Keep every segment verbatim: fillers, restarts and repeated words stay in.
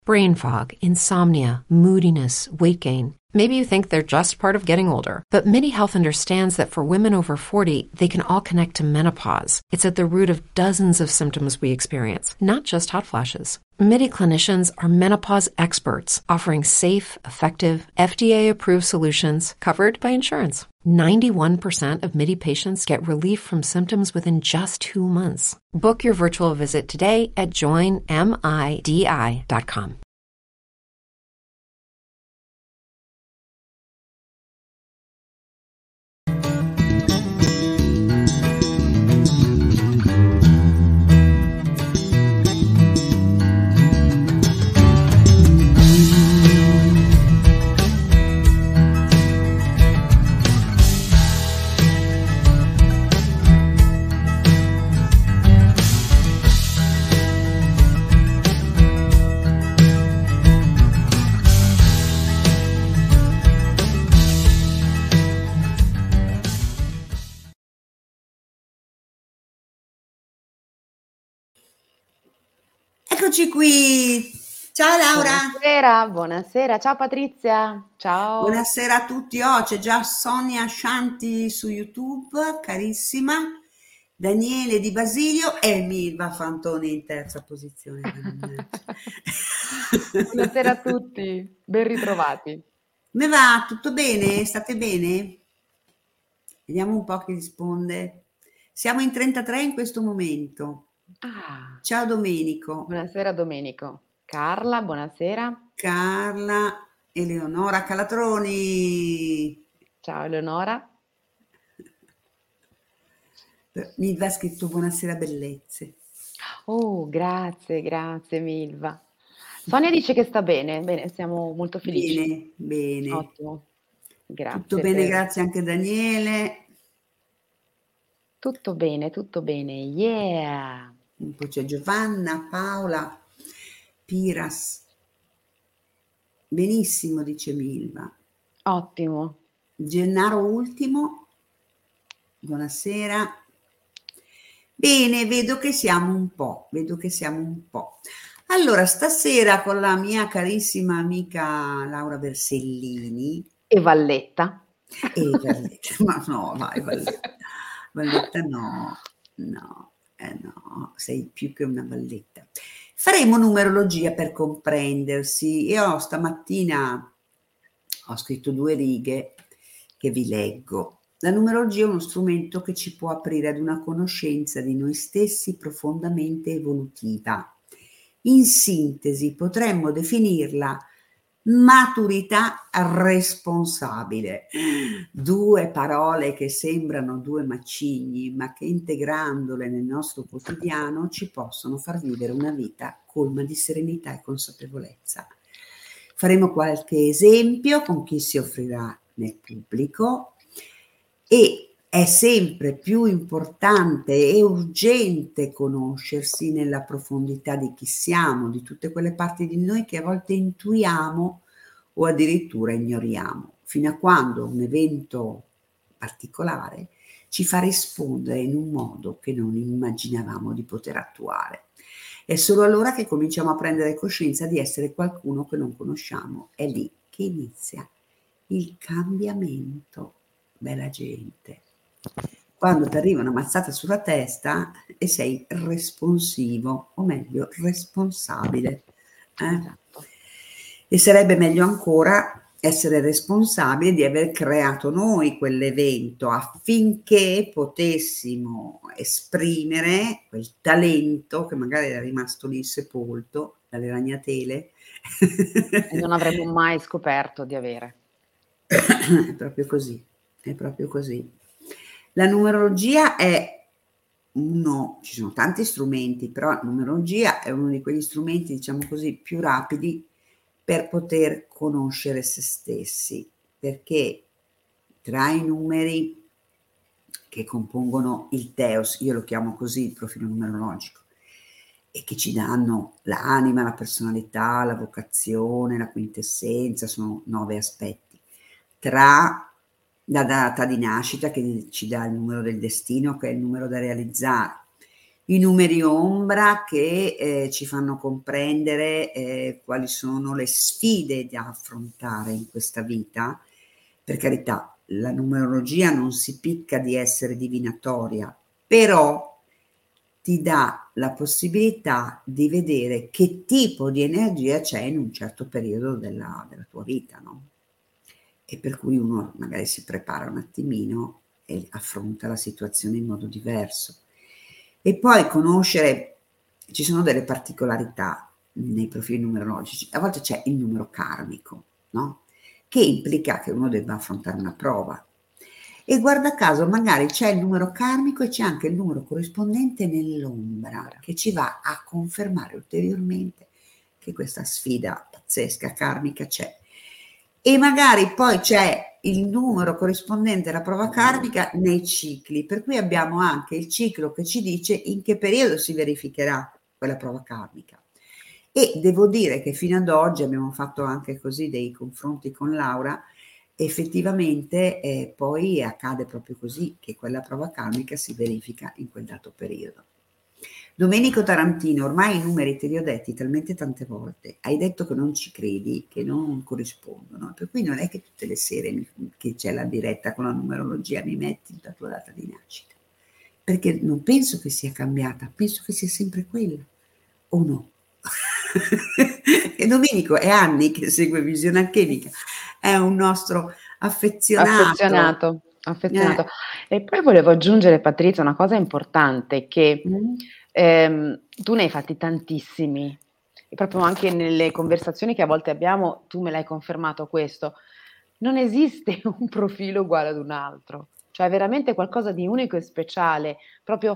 Brain fog, insomnia, moodiness, weight gain. Maybe you think they're just part of getting older, but MIDI Health understands that for women over forty, they can all connect to menopause. It's at the root of dozens of symptoms we experience, not just hot flashes. MIDI clinicians are menopause experts, offering safe, effective, F D A-approved solutions covered by insurance. ninety-one percent of MIDI patients get relief from symptoms within just two months. Book your virtual visit today at join midi dot com. Eccoci qui. Ciao Laura. Buonasera, buonasera. Ciao Patrizia. Ciao. Buonasera a tutti. Oh, c'è già Sonia Shanti su YouTube, carissima. Daniele Di Basilio e Milva Fantoni in terza posizione. Buonasera a tutti, ben ritrovati. Come va? Tutto bene? State bene? Vediamo un po' chi risponde. Siamo in trentatré in questo momento. Ah, Ciao Domenico. buonasera Domenico. Carla, buonasera. Carla, Eleonora Calatroni. Ciao Eleonora. Milva ha scritto buonasera bellezze. Oh, grazie, grazie Milva. Sonia dice che sta bene, bene, siamo molto felici. Bene, bene. Ottimo, grazie. Tutto bene, per- grazie anche Daniele. Tutto bene, tutto bene, yeah. Poi c'è Giovanna, Paola, Piras. Benissimo, dice Milva. Ottimo. Gennaro Ultimo. Buonasera. Bene, vedo che siamo un po', vedo che siamo un po'. Allora, stasera con la mia carissima amica Laura Bersellini. E Valletta. E Valletta, ma no, vai Valletta. Valletta no, no, eh no, sei più che una Valletta. Faremo numerologia per comprendersi. Io stamattina ho scritto due righe che vi leggo. La numerologia è uno strumento che ci può aprire ad una conoscenza di noi stessi profondamente evolutiva. In sintesi, potremmo definirla maturità responsabile. Due parole che sembrano due macigni, ma che integrandole nel nostro quotidiano ci possono far vivere una vita colma di serenità e consapevolezza. Faremo qualche esempio con chi si offrirà nel pubblico e è sempre più importante e urgente conoscersi nella profondità di chi siamo, di tutte quelle parti di noi che a volte intuiamo o addirittura ignoriamo, fino a quando un evento particolare ci fa rispondere in un modo che non immaginavamo di poter attuare. È solo allora che cominciamo a prendere coscienza di essere qualcuno che non conosciamo. È lì che inizia il cambiamento, bella gente. Quando ti arriva una mazzata sulla testa e sei responsivo, o meglio, responsabile. Eh? Esatto. E sarebbe meglio ancora essere responsabili di aver creato noi quell'evento affinché potessimo esprimere quel talento che magari era rimasto lì sepolto dalle ragnatele. E non avremmo mai scoperto di avere. È proprio così, è proprio così. La numerologia è uno, ci sono tanti strumenti, però la numerologia è uno di quegli strumenti, diciamo così, più rapidi per poter conoscere se stessi, perché tra i numeri che compongono il Teos, io lo chiamo così, il profilo numerologico, e che ci danno l'anima, la personalità, la vocazione, la quintessenza, sono nove aspetti. Tra la data di nascita che ci dà il numero del destino, che è il numero da realizzare, i numeri ombra che eh, ci fanno comprendere eh, quali sono le sfide da affrontare in questa vita. Per carità, la numerologia non si picca di essere divinatoria, però ti dà la possibilità di vedere che tipo di energia c'è in un certo periodo della, della tua vita, no? E per cui uno magari si prepara un attimino e affronta la situazione in modo diverso. E poi conoscere, ci sono delle particolarità nei profili numerologici, a volte c'è il numero karmico, no? Che implica che uno debba affrontare una prova. E guarda caso, magari c'è il numero karmico e c'è anche il numero corrispondente nell'ombra, che ci va a confermare ulteriormente che questa sfida pazzesca karmica c'è. E magari poi c'è il numero corrispondente alla prova karmica nei cicli, per cui abbiamo anche il ciclo che ci dice in che periodo si verificherà quella prova karmica. E devo dire che fino ad oggi abbiamo fatto anche così dei confronti con Laura, effettivamente eh, poi accade proprio così, che quella prova karmica si verifica in quel dato periodo. Domenico Tarantino, ormai i numeri te li ho detti talmente tante volte, hai detto che non ci credi, che non corrispondono, per cui non è che tutte le sere mi, che c'è la diretta con la numerologia mi metti la tua data di nascita, perché non penso che sia cambiata, penso che sia sempre quella, o no? E Domenico è anni che segue Visione Alchemica, è un nostro affezionato. Affezionato, affezionato. Eh. E poi volevo aggiungere, Patrizia, una cosa importante, che mm. ehm, tu ne hai fatti tantissimi, e proprio anche nelle conversazioni che a volte abbiamo, tu me l'hai confermato questo, non esiste un profilo uguale ad un altro, cioè è veramente qualcosa di unico e speciale, proprio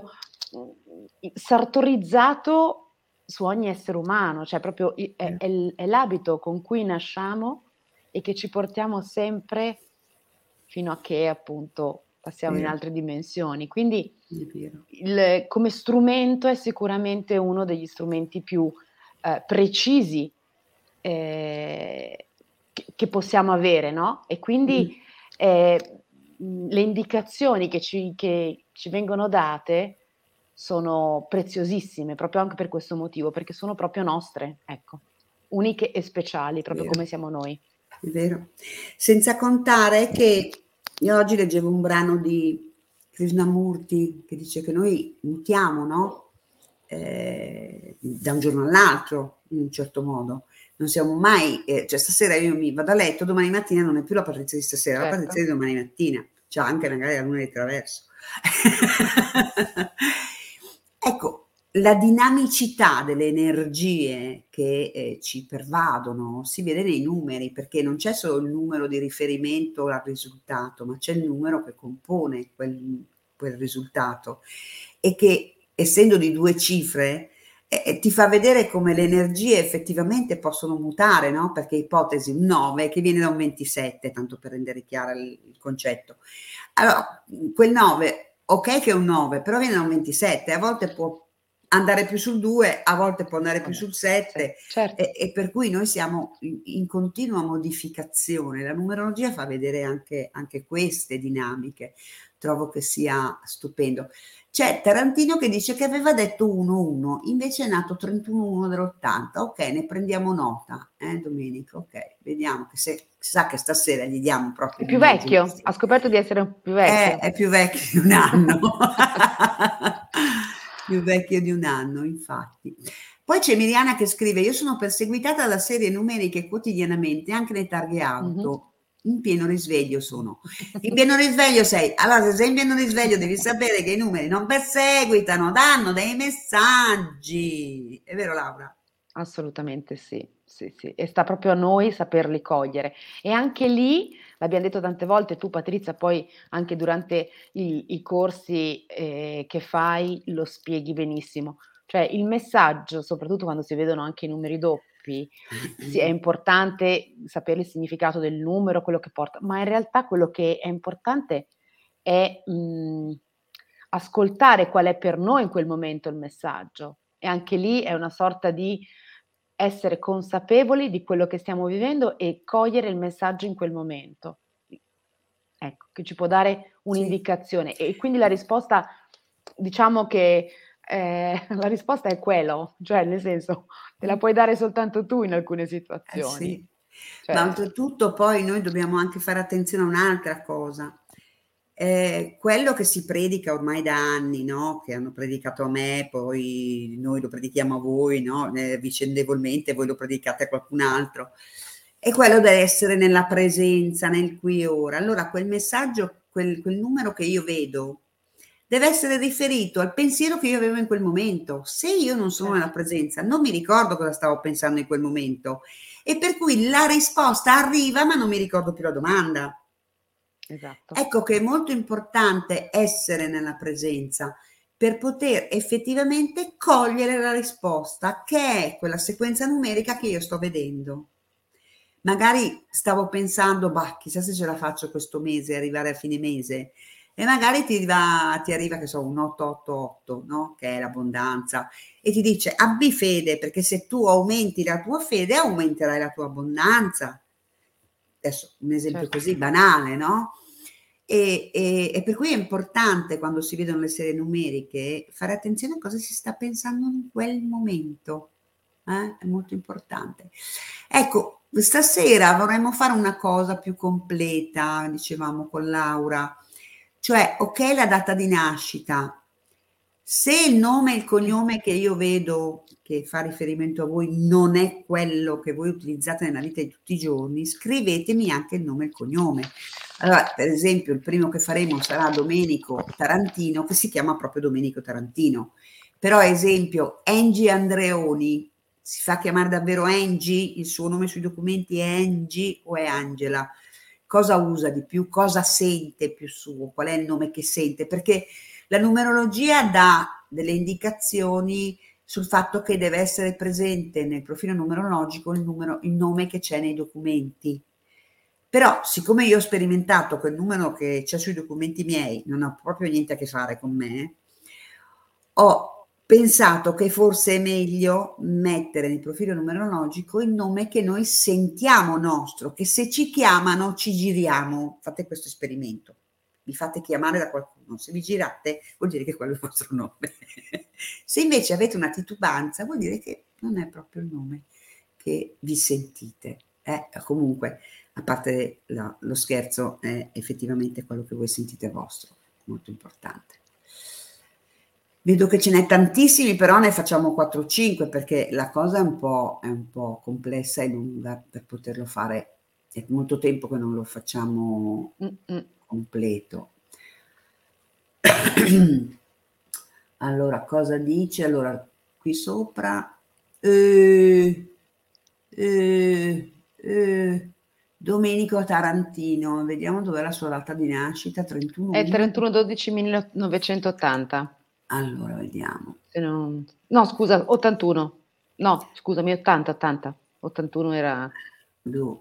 sartorizzato su ogni essere umano, cioè proprio è, è, è l'abito con cui nasciamo e che ci portiamo sempre fino a che appunto passiamo in altre dimensioni. Quindi il, come strumento è sicuramente uno degli strumenti più eh, precisi eh, che, che possiamo avere, no? E quindi eh, le indicazioni che ci, che ci vengono date sono preziosissime, proprio anche per questo motivo, perché sono proprio nostre, ecco, uniche e speciali, proprio come siamo noi. È vero. Senza contare che io oggi leggevo un brano di Krishnamurti che dice che noi mutiamo, no? Eh, da un giorno all'altro, in un certo modo. Non siamo mai, eh, cioè stasera io mi vado a letto, domani mattina non è più la Patrizia di stasera, certo. La Patrizia di domani mattina, c'è anche magari la luna di traverso. Ecco, la dinamicità delle energie che eh, ci pervadono si vede nei numeri, perché non c'è solo il numero di riferimento al risultato, ma c'è il numero che compone quel, quel risultato e che, essendo di due cifre, eh, ti fa vedere come le energie effettivamente possono mutare, no? Perché ipotesi un nove che viene da un ventisette, tanto per rendere chiaro il, il concetto. Allora, quel nove, ok che è un nove, però viene da un ventisette, a volte può andare più sul due, a volte può andare più sul sette, sì, certo. e, e per cui noi siamo in, in continua modificazione. La numerologia fa vedere anche, anche queste dinamiche, trovo che sia stupendo. C'è Tarantino che dice che aveva detto uno uno, invece è nato trentuno uno dell'ottanta, ok, ne prendiamo nota, eh Domenico, ok, vediamo che se sa che stasera gli diamo proprio... È più vecchio, ha scoperto di essere più vecchio. È, è più vecchio di un anno. Più vecchio di un anno, infatti. Poi c'è Miriana che scrive: io sono perseguitata da serie numeriche quotidianamente, anche nei targhe auto. Mm-hmm. In pieno risveglio sono. In pieno risveglio sei. Allora, se sei in pieno risveglio devi sapere che i numeri non perseguitano, danno dei messaggi. È vero, Laura? Assolutamente sì, sì, sì. E sta proprio a noi saperli cogliere. E anche lì, l'abbiamo detto tante volte, tu Patrizia, poi anche durante i, i corsi eh, che fai lo spieghi benissimo. Cioè il messaggio, soprattutto quando si vedono anche i numeri doppi, sì, è importante sapere il significato del numero, quello che porta, ma in realtà quello che è importante è mh, ascoltare qual è per noi in quel momento il messaggio. E anche lì è una sorta di essere consapevoli di quello che stiamo vivendo e cogliere il messaggio in quel momento. Ecco, che ci può dare un'indicazione. Sì. E quindi la risposta, diciamo che Eh, la risposta è quello, cioè nel senso te la puoi dare soltanto tu in alcune Eh situazioni. sì, Cioè, ma oltretutto poi noi dobbiamo anche fare attenzione a un'altra cosa. Eh, quello che si predica ormai da anni, no? Che hanno predicato a me, poi noi lo predichiamo a voi, no? Eh, vicendevolmente voi lo predicate a qualcun altro, è quello di essere nella presenza, nel qui e ora. Allora quel messaggio, quel, quel numero che io vedo, deve essere riferito al pensiero che io avevo in quel momento. Se io non sono nella certo, presenza, non mi ricordo cosa stavo pensando in quel momento e per cui la risposta arriva, ma non mi ricordo più la domanda. esatto, Ecco che è molto importante essere nella presenza per poter effettivamente cogliere la risposta, che è quella sequenza numerica che io sto vedendo. Magari stavo pensando, bah, chissà se ce la faccio questo mese, arrivare a fine mese, e magari ti arriva, ti arriva che so, un otto otto otto, no? Che è l'abbondanza, e ti dice abbi fede, perché se tu aumenti la tua fede, aumenterai la tua abbondanza. Adesso un esempio certo, così banale, no? E, e, e per cui è importante quando si vedono le serie numeriche fare attenzione a cosa si sta pensando in quel momento. Eh? È molto importante. Ecco, stasera vorremmo fare una cosa più completa, dicevamo con Laura, cioè, ok, la data di nascita. Se il nome e il cognome che io vedo che fa riferimento a voi non è quello che voi utilizzate nella vita di tutti i giorni, scrivetemi anche il nome e il cognome. Allora, per esempio, il primo che faremo sarà Domenico Tarantino, che si chiama proprio Domenico Tarantino. Però, esempio, Angie Andreoni, si fa chiamare davvero Angie? Il suo nome sui documenti è Angie o è Angela? Cosa usa di più? Cosa sente più suo? Qual è il nome che sente? Perché la numerologia dà delle indicazioni sul fatto che deve essere presente nel profilo numerologico il, numero, il nome che c'è nei documenti. Però, siccome io ho sperimentato quel numero che c'è sui documenti miei, non ha proprio niente a che fare con me, ho pensato che forse è meglio mettere nel profilo numerologico il nome che noi sentiamo nostro, che se ci chiamano ci giriamo. Fate questo esperimento. Vi fate chiamare da qualcuno, se vi girate vuol dire che quello è il vostro nome. Se invece avete una titubanza vuol dire che non è proprio il nome che vi sentite. Eh, comunque, a parte la, lo scherzo, è effettivamente quello che voi sentite vostro, molto importante. Vedo che ce n'è tantissimi, però ne facciamo quattro o cinque perché la cosa è un po', è un po' complessa e lunga per poterlo fare. È molto tempo che non lo facciamo Mm-mm. completo. Allora, cosa dice? Allora, qui sopra eh, eh, eh, Domenico Tarantino, vediamo dov'è la sua data di nascita, trentuno È il trentuno dodici millenovecentottanta. Allora, vediamo. Se non... No, scusa, ottantuno. No, scusami, ottanta, ottanta. ottantuno era Do.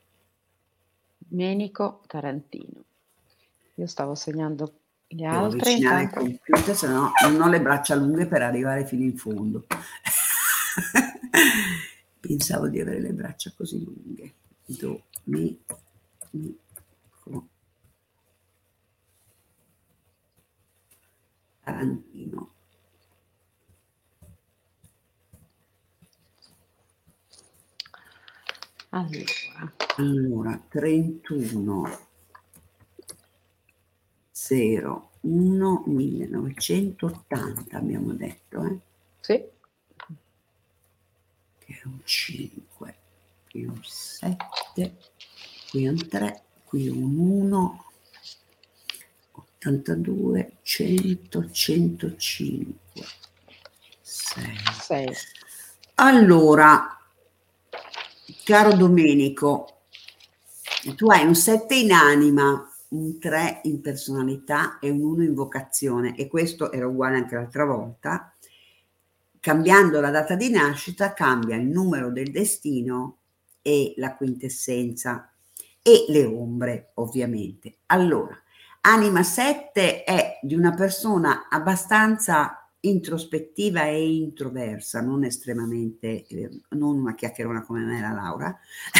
Domenico Tarantino. Io stavo segnando gli Devo altri avvicinare il intanto. computer, se no non ho le braccia lunghe per arrivare fino in fondo. Pensavo di avere le braccia così lunghe. Do, mi, mi, co. Tarantino. Allora. Allora, trentuno zero uno millenovecentottanta abbiamo detto, eh? Sì. Che è un cinque, qui un sette, qui un tre, qui un uno, ottantadue, cento, centocinque, sei. sei. Allora, caro Domenico, tu hai un sette in anima, un tre in personalità e un uno in vocazione, e questo era uguale anche l'altra volta. Cambiando la data di nascita cambia il numero del destino e la quintessenza e le ombre, ovviamente. Allora, anima sette è di una persona abbastanza introspettiva e introversa, non estremamente, eh, non una chiacchierona come me la Laura,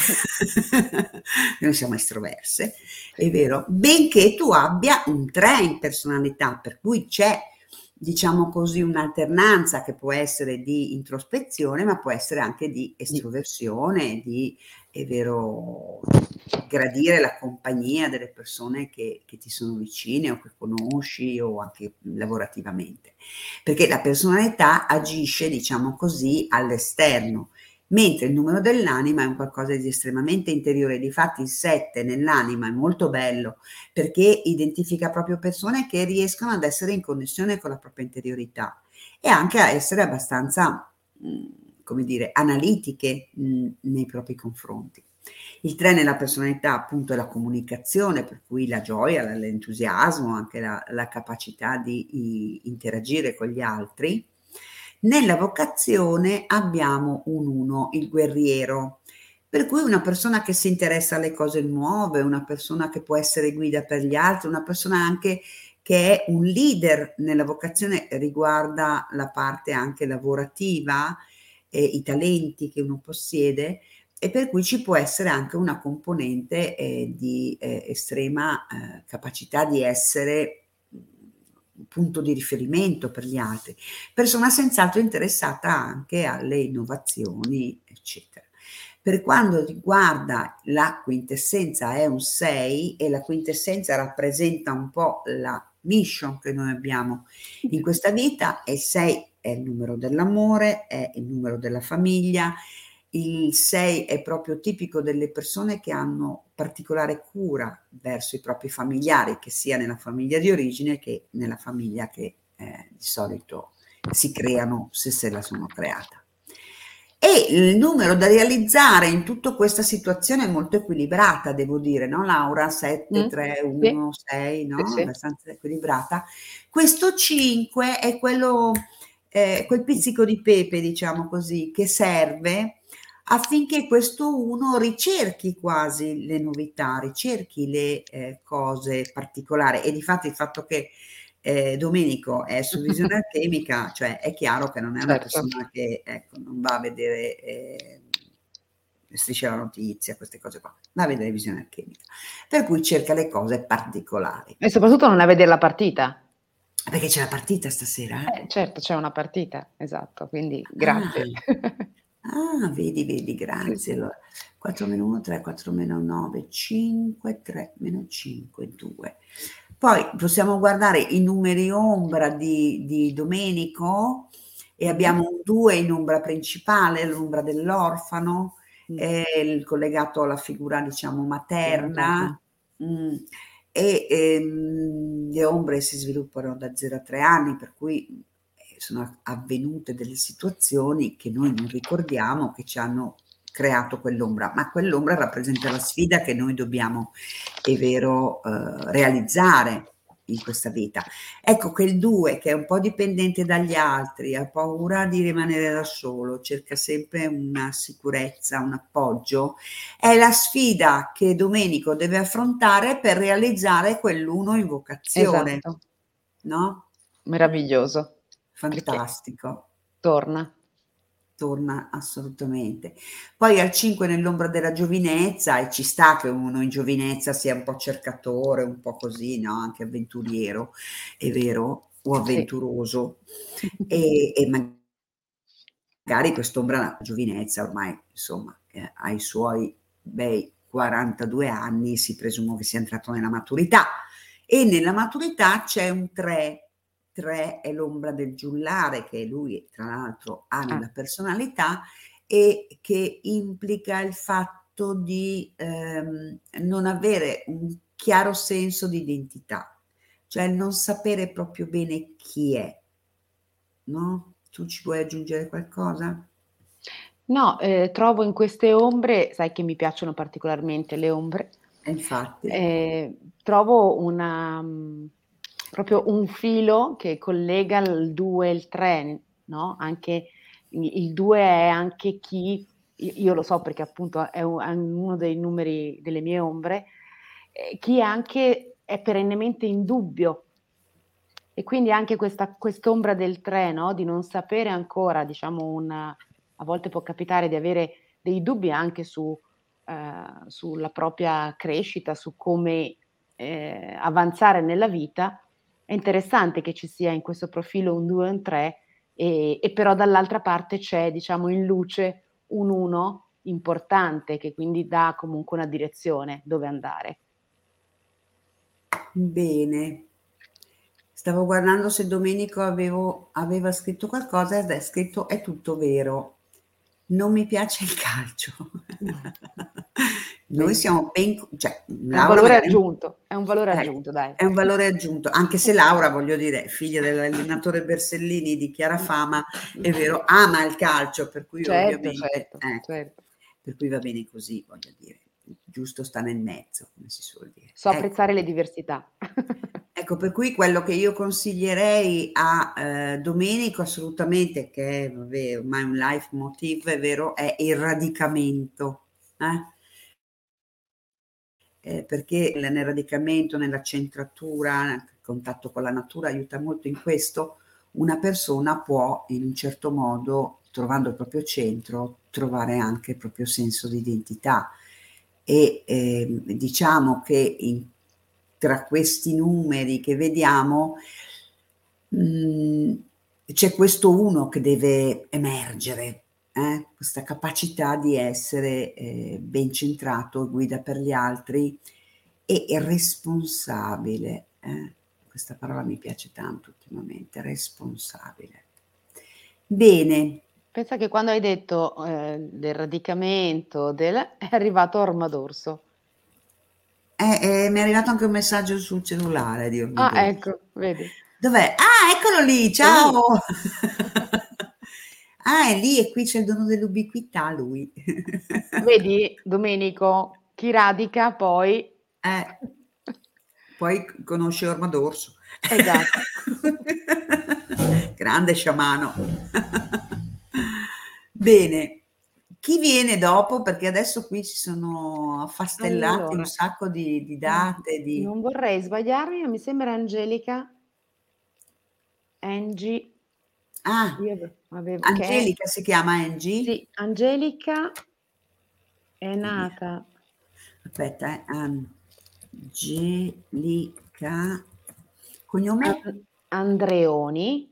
noi siamo estroverse, Sì. è vero, benché tu abbia un tre in personalità, per cui c'è diciamo così, un'alternanza che può essere di introspezione, ma può essere anche di estroversione, di, è vero, gradire la compagnia delle persone che, che ti sono vicine o che conosci o anche lavorativamente. Perché la personalità agisce, diciamo così, all'esterno, mentre il numero dell'anima è un qualcosa di estremamente interiore. Difatti il sette nell'anima è molto bello perché identifica proprio persone che riescono ad essere in connessione con la propria interiorità e anche a essere abbastanza, mh, come dire, analitiche mh, nei propri confronti. Il tre nella personalità appunto è la comunicazione, per cui la gioia, l'entusiasmo, anche la, la capacità di, di interagire con gli altri. Nella vocazione abbiamo un uno, il guerriero, per cui una persona che si interessa alle cose nuove, una persona che può essere guida per gli altri, una persona anche che è un leader. Nella vocazione riguarda la parte anche lavorativa, eh, i talenti che uno possiede, e per cui ci può essere anche una componente eh, di eh, estrema eh, capacità di essere un punto di riferimento per gli altri, persona senz'altro interessata anche alle innovazioni, eccetera. Per quanto riguarda la quintessenza è un sei e la quintessenza rappresenta un po' la mission che noi abbiamo in questa vita, e sei è il numero dell'amore, è il numero della famiglia. Il sei è proprio tipico delle persone che hanno particolare cura verso i propri familiari, che sia nella famiglia di origine che nella famiglia che eh, di solito si creano se se la sono creata. E il numero da realizzare in tutta questa situazione è molto equilibrata, devo dire, no Laura? sette, tre, uno, sei, no? Sì, sì. Abbastanza equilibrata. Questo cinque è quello, eh, quel pizzico di pepe, diciamo così, che serve affinché questo uno ricerchi quasi le novità, ricerchi le eh, cose particolari. E difatti il fatto che eh, Domenico è su visione alchemica, cioè è chiaro che non è una Certo. persona che ecco, non va a vedere eh, Striscia la notizia, queste cose qua, va a vedere visione alchemica, per cui cerca le cose particolari. E soprattutto non a vedere la partita. Perché c'è la partita stasera? Eh, certo, c'è una partita, esatto, quindi grazie. Ah, ah vedi, vedi, Sì, grazie. sì. Allora, quattro meno uno, tre, quattro meno nove, cinque, tre meno cinque, due. Poi possiamo guardare i numeri ombra di, di Domenico e Mhm. abbiamo un due in ombra principale, l'ombra dell'orfano, Mm. è il collegato alla figura, diciamo, Sì, materna. materna. Mm, e ehm, le ombre si sviluppano da zero a tre anni, per cui eh, sono avvenute delle situazioni che noi non ricordiamo, che ci hanno creato quell'ombra, ma quell'ombra rappresenta la sfida che noi dobbiamo, è vero, eh, realizzare in questa vita. Ecco che il due, che è un po' dipendente dagli altri, ha paura di rimanere da solo, cerca sempre una sicurezza, un appoggio, è la sfida che Domenico deve affrontare per realizzare quell'uno in vocazione, Esatto, no? meraviglioso, perché Fantastico. torna. Torna assolutamente. Poi al cinque nell'ombra della giovinezza, e ci sta che uno in giovinezza sia un po' cercatore, un po' così, no? Anche avventuriero, è vero, o Sì. avventuroso. E, e magari quest'ombra giovinezza ormai, insomma, eh, ai suoi bei quarantadue anni si presume che sia entrato nella maturità. E nella maturità c'è un tre. tre è l'ombra del giullare che lui tra l'altro ha nella Ah. personalità e che implica il fatto di ehm, non avere un chiaro senso di identità, cioè non sapere proprio bene chi è, no? Tu ci vuoi aggiungere qualcosa? No, eh, trovo in queste ombre, sai che mi piacciono particolarmente le ombre, E infatti. eh, trovo una, mh, proprio un filo che collega il due e il tre, no? Anche il due è anche chi, io lo so perché appunto è, un, è uno dei numeri delle mie ombre, eh, chi anche è perennemente in dubbio. E quindi anche questa quest'ombra del tre, no? Di non sapere ancora, diciamo, una, a volte può capitare di avere dei dubbi anche su, eh, sulla propria crescita, su come eh, avanzare nella vita, è interessante che ci sia in questo profilo un due e un tre, e, e però dall'altra parte c'è, diciamo, in luce un uno importante che quindi dà comunque una direzione dove andare. Bene. Stavo guardando se Domenico avevo, aveva scritto qualcosa ed è scritto: è tutto vero. Non mi piace il calcio. Noi Vedi. siamo ben, cioè, È un Laura valore magari- aggiunto, è un valore eh, aggiunto, dai. è un valore aggiunto, anche se Laura, voglio dire, figlia dell'allenatore Bersellini di chiara fama, è vero, ama il calcio, per cui Certo, ovviamente, certo, ecco, certo. per cui va bene così, voglio dire, giusto sta nel mezzo, come si suol dire. So Ecco. apprezzare le diversità. Ecco, per cui quello che io consiglierei a eh, Domenico assolutamente, che è vabbè, ormai un life motive, è vero, è il radicamento. Eh? Eh, perché nel radicamento, nella centratura, il contatto con la natura aiuta molto in questo. Una persona può in un certo modo, trovando il proprio centro, trovare anche il proprio senso di identità. E eh, diciamo che in, tra questi numeri che vediamo mh, c'è questo uno che deve emergere, eh? Questa capacità di essere eh, ben centrato, guida per gli altri e responsabile. Eh? Questa parola mi piace tanto ultimamente, responsabile. Bene. Pensa che quando hai detto eh, del radicamento, del, è arrivato Orma d'Orso. Eh, eh, mi è arrivato anche un messaggio sul cellulare di Ah, Ormodoro. ecco, vedi. Dov'è? Ah, eccolo lì, È lì. ciao! Ah, è lì e qui c'è il dono dell'ubiquità, lui. Vedi, Domenico, chi radica poi... Eh, poi conosce Orma d'Orso. Esatto. Grande sciamano. Bene, chi viene dopo? Perché adesso qui ci sono affastellati un Allora, sacco di, di date, di... non vorrei sbagliarmi, ma mi sembra Angelica, Angie, Ah, io avevo, che è, Angelica si chiama Angie? sì, Angelica è Via. nata, Aspetta, eh. Angelica, cognome? An- Andreoni,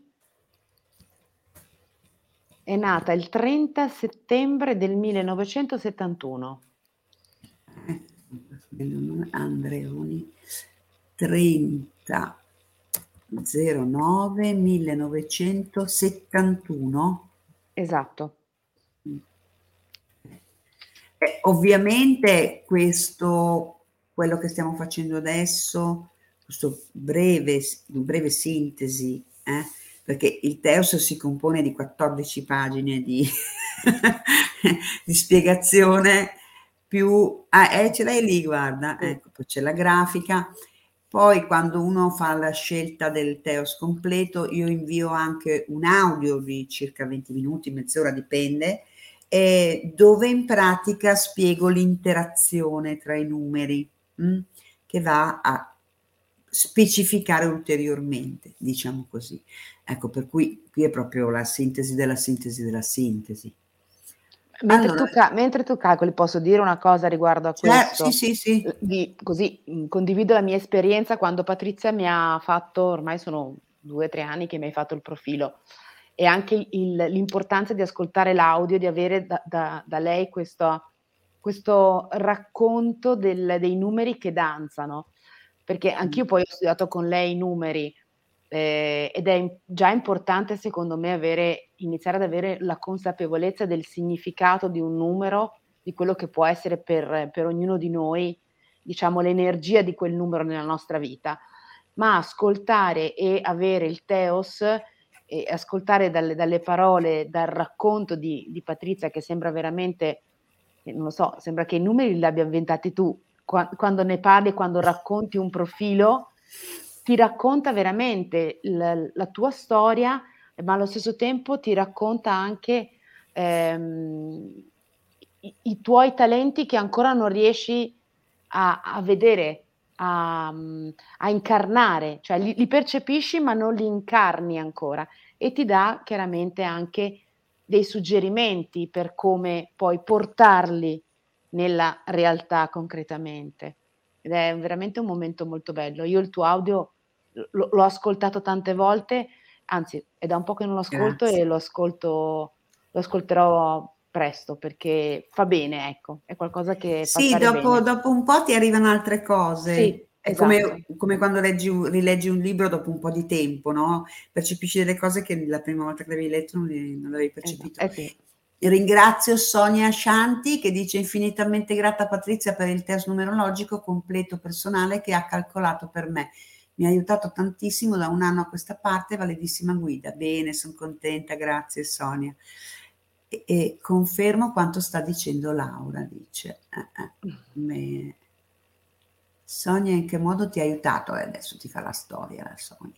è nata il trenta settembre del millenovecentosettantuno. Eh, Andreoni, trenta zero nove millenovecentosettantuno. Esatto. Eh, ovviamente questo, quello che stiamo facendo adesso, questo breve, breve sintesi, eh, perché il Teos si compone di quattordici pagine di, di spiegazione più... Ah, eh, ce l'hai lì, guarda, Sì. ecco, poi c'è la grafica. Poi quando uno fa la scelta del Teos completo, io invio anche un audio di circa venti minuti, mezz'ora, dipende, eh, dove in pratica spiego l'interazione tra i numeri, mh, che va a specificare ulteriormente, diciamo così. Ecco, per cui qui è proprio la sintesi della sintesi della sintesi. Mentre, Allora, tu, ca- mentre tu calcoli, posso dire una cosa riguardo a cioè, sì, questo? sì, sì. Di, così mh, condivido la mia esperienza quando Patrizia mi ha fatto, ormai sono due o tre anni che mi hai fatto il profilo, e anche il- l'importanza di ascoltare l'audio, di avere da, da- da lei questo, questo racconto del- dei numeri che danzano, perché anch'io poi ho studiato con lei i numeri, eh, ed è in- già importante secondo me avere, iniziare ad avere la consapevolezza del significato di un numero, di quello che può essere per, per ognuno di noi, diciamo, l'energia di quel numero nella nostra vita, ma ascoltare e avere il Teos e ascoltare dalle, dalle parole, dal racconto di, di Patrizia, che sembra veramente, eh, non lo so, sembra che i numeri li abbia inventati tu, Qua- quando ne parli, quando racconti un profilo, ti racconta veramente la, la tua storia, ma allo stesso tempo ti racconta anche ehm, i, i tuoi talenti che ancora non riesci a, a vedere, a, a incarnare, cioè li, li percepisci ma non li incarni ancora, e ti dà chiaramente anche dei suggerimenti per come poi portarli nella realtà concretamente. Ed è veramente un momento molto bello. Io il tuo audio l- l'ho ascoltato tante volte, anzi è da un po' che non lo ascolto Grazie. e lo ascolto, lo ascolterò presto perché fa bene, ecco, è qualcosa che fa Sì, stare dopo, bene. dopo un po' ti arrivano altre Sì, cose. È esatto. come, come quando leggi un- rileggi un libro dopo un po' di tempo, no? Percepisci delle cose che la prima volta che l'avevi letto non, le- non l'avevi Esatto. percepito. Eh sì. Ringrazio Sonia Scianti che dice infinitamente grata a Patrizia per il test numerologico completo personale che ha calcolato per me. Mi ha aiutato tantissimo da un anno a questa parte, validissima guida. Bene, sono contenta, grazie Sonia. E, e confermo quanto sta dicendo Laura, dice. Eh, eh, me- Sonia, in che modo ti ha aiutato? E adesso ti fa la storia la Sonia.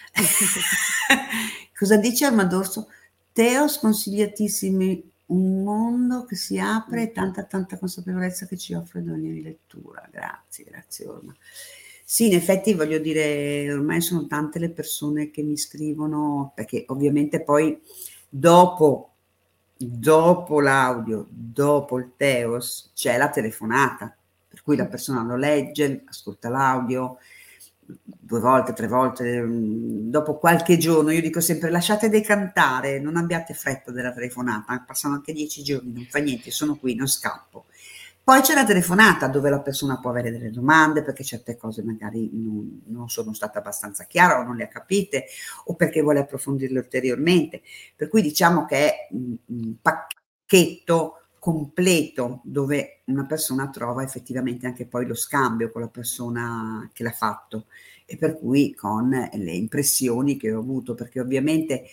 Cosa dice Armadorso? Teo, sconsigliatissimi, un mondo che si apre e tanta tanta consapevolezza che ci offre ad ogni lettura. Grazie, grazie Orma. Sì, in effetti voglio dire, ormai sono tante le persone che mi scrivono, perché ovviamente poi dopo, dopo l'audio, dopo il Teos, c'è la telefonata, per cui la persona lo legge, ascolta l'audio, due volte, tre volte, dopo qualche giorno, io dico sempre lasciate decantare, non abbiate fretta della telefonata, passano anche dieci giorni, non fa niente, sono qui, non scappo. Poi c'è la telefonata dove la persona può avere delle domande perché certe cose magari non, non sono state abbastanza chiare o non le ha capite o perché vuole approfondirle ulteriormente. Per cui diciamo che è un, un pacchetto completo dove una persona trova effettivamente anche poi lo scambio con la persona che l'ha fatto e per cui con le impressioni che ho avuto, perché ovviamente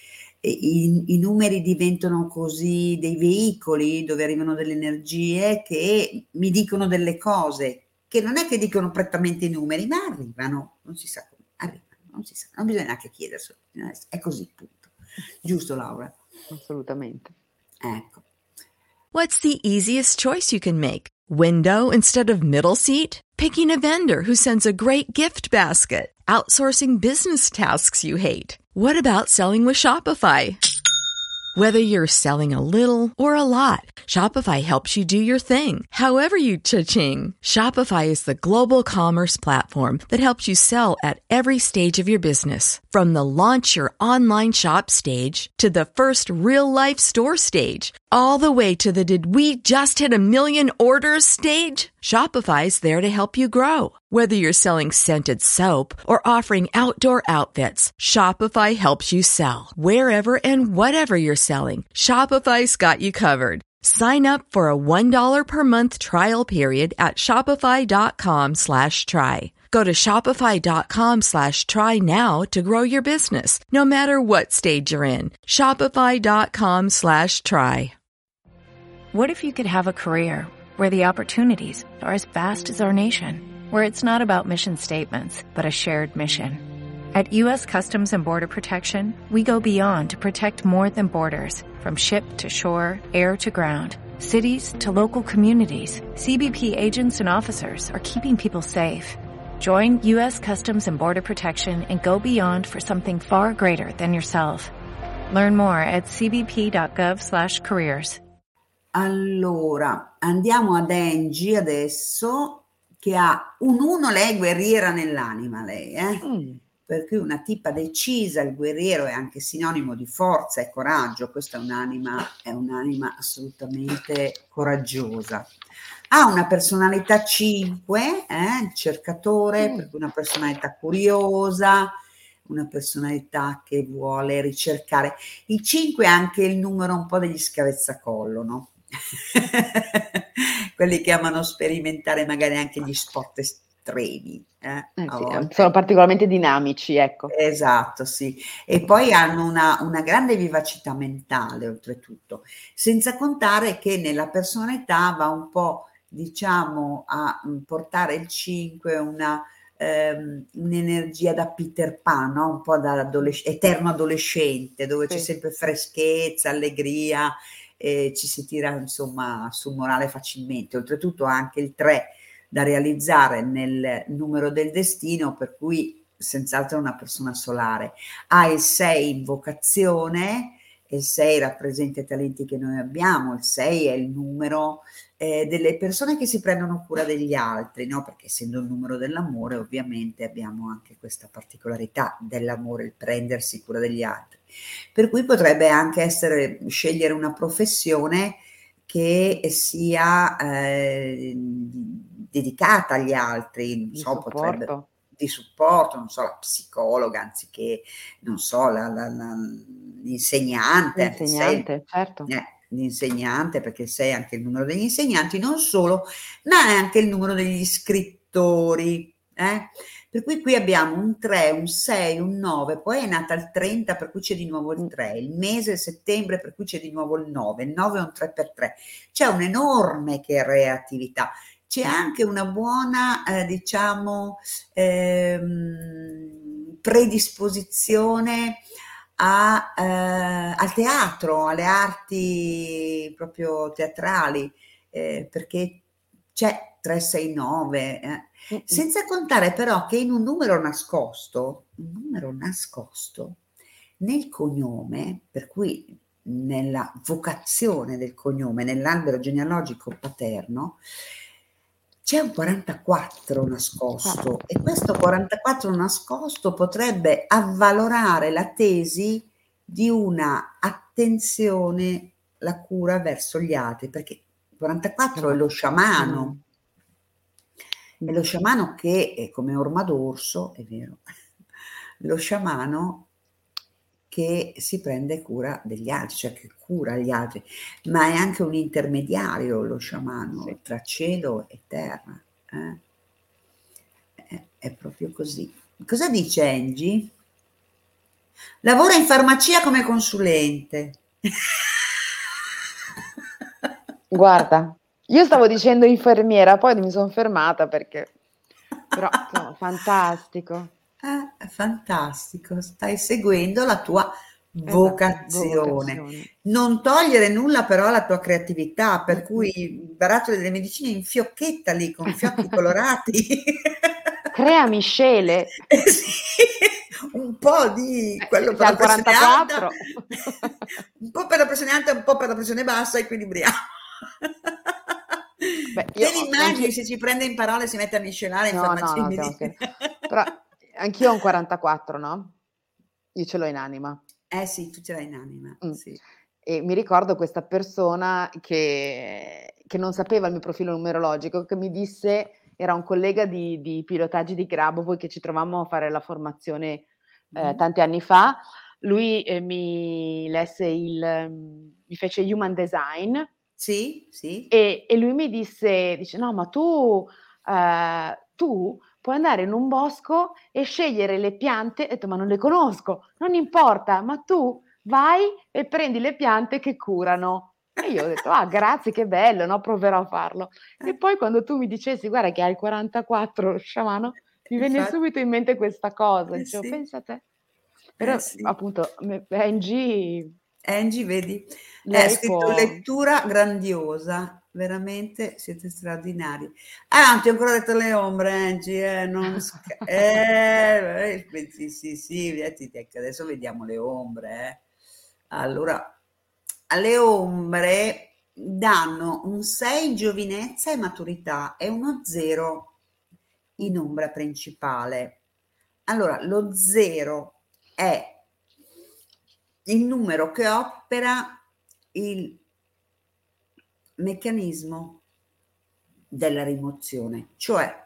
i, i numeri diventano così dei veicoli dove arrivano delle energie che mi dicono delle cose che non è che dicono prettamente i numeri, ma arrivano, non si sa come, arrivano, non si sa, non bisogna neanche chiederselo, è così, punto. Giusto Laura? Assolutamente. Ecco. What's the easiest choice you can make? Window instead of middle seat? Picking a vendor who sends a great gift basket? Outsourcing business tasks you hate? What about selling with Shopify? Whether you're selling a little or a lot, Shopify helps you do your thing, however you cha-ching. Shopify is the global commerce platform that helps you sell at every stage of your business. From the launch your online shop stage to the first real-life store stage, all the way to the did we just hit a million orders stage. Shopify's there to help you grow. Whether you're selling scented soap or offering outdoor outfits, Shopify helps you sell. Wherever and whatever you're selling, Shopify's got you covered. Sign up for a one dollar per month trial period at shopify.com slash try. Go to shopify.com slash try now to grow your business, no matter what stage you're in. Shopify.com slash try. What if you could have a career where the opportunities are as vast as our nation, where it's not about mission statements, but a shared mission? At U S Customs and Border Protection, we go beyond to protect more than borders. From ship to shore, air to ground, cities to local communities, C B P agents and officers are keeping people safe. Join U S Customs and Border Protection and go beyond for something far greater than yourself. Learn more at cbp.gov slash careers. Allora, andiamo ad Angie adesso, che ha un uno, lei è guerriera nell'anima, lei, eh? Mm. Per cui una tipa decisa, il guerriero è anche sinonimo di forza e coraggio, questa è un'anima, è un'anima assolutamente coraggiosa. Ha una personalità cinque, eh, il cercatore, Mm. per cui una personalità curiosa, una personalità che vuole ricercare. Il cinque è anche il numero un po' degli scavezzacollo, no? Quelli che amano sperimentare magari anche gli spot estremi. Eh, Eh a sì, volte. sono particolarmente dinamici, ecco. Esatto, sì. E poi hanno una, una grande vivacità mentale, oltretutto, senza contare che nella personalità va un po', diciamo, a mm, portare il cinque una, ehm, un'energia da Peter Pan, no? Un po' da adolesc- eterno adolescente, dove c'è Sì. sempre freschezza, allegria, e ci si tira insomma sul morale facilmente. Oltretutto anche il tre da realizzare nel numero del destino, per cui senz'altro è una persona solare. Ha il sei in vocazione, il sei rappresenta i talenti che noi abbiamo, il sei è il numero eh, delle persone che si prendono cura degli altri, no? Perché essendo il numero dell'amore, ovviamente abbiamo anche questa particolarità dell'amore, il prendersi cura degli altri. Per cui potrebbe anche essere scegliere una professione che sia eh, dedicata agli altri, non Di so, potrebbe supporto. di supporto, non so, la psicologa anziché, non so, la, la, la, l'insegnante, anche L'insegnante, sei, certo. eh, l'insegnante, perché sei anche il numero degli insegnanti, non solo, ma è anche il numero degli scrittori, eh? Per cui qui abbiamo un tre, un sei, un nove, poi è nata il trenta, per cui c'è di nuovo il tre, il mese è settembre, per cui c'è di nuovo il nove, il nove è un tre per tre, c'è un'enorme creatività, c'è anche una buona, eh, diciamo, ehm, predisposizione a, eh, al teatro, alle arti proprio teatrali, eh, perché c'è tre sei nove, eh. Senza contare però che in un numero nascosto, un numero nascosto nel cognome, per cui nella vocazione del cognome, nell'albero genealogico paterno, c'è un quarantaquattro nascosto e questo quarantaquattro nascosto potrebbe avvalorare la tesi di una attenzione, la cura verso gli altri, perché quarantaquattro è lo sciamano, è lo sciamano che è come Orma d'Orso, è vero, lo sciamano che si prende cura degli altri, cioè che cura gli altri, ma è anche un intermediario lo sciamano, sì, tra cielo e terra. Eh? È, è proprio così. Cosa dice Angie? Lavora in farmacia come consulente. Guarda, io stavo dicendo infermiera, poi mi sono fermata perché, però insomma, fantastico. Ah, fantastico, stai seguendo la tua vocazione. Esatto, vocazione. Non togliere nulla però alla tua creatività, per cui il barattolo delle medicine infiocchetta lì con fiocchi colorati. Crea miscele. Eh sì, un po' di quello eh, per la pressione quarantaquattro. alta, un po' per la pressione alta e un po' per la pressione bassa, equilibriamo. Beh, Te io, l'immagini anche... se ci prende in parola e si mette a miscelare in no, farmacia no, no, medicina? però anch'io ho un quarantaquattro, no? Io ce l'ho in anima. Eh sì, tu ce l'hai in anima, mm. sì. E mi ricordo questa persona che, che non sapeva il mio profilo numerologico, che mi disse, era un collega di, di pilotaggi di Grabovoi che ci trovammo a fare la formazione eh, Mm. tanti anni fa. Lui eh, mi lesse il, mi fece human design. Sì, sì. E, e lui mi disse, dice, no, ma tu, eh, tu puoi andare in un bosco e scegliere le piante. Ho detto, ma non le conosco, non importa, ma tu vai e prendi le piante che curano. E io ho detto, ah, grazie, che bello, no? Proverò a farlo. E poi quando tu mi dicessi, guarda che hai il quarantaquattro, sciamano, mi venne Infatti, subito in mente questa cosa. eh Dicevo, sì. pensa a te. Però Eh sì. appunto, Angie... Angie, vedi? Lei Ha scritto può... lettura grandiosa, veramente siete straordinari. Ah, non ti ho ancora detto le ombre, Angie, eh, non sca- eh, eh, sì, sì, sì, vedi, ecco, adesso vediamo le ombre. Eh. Allora, alle ombre danno un sei in giovinezza e maturità e uno zero in ombra principale. Allora, lo zero è il numero che opera il meccanismo della rimozione, cioè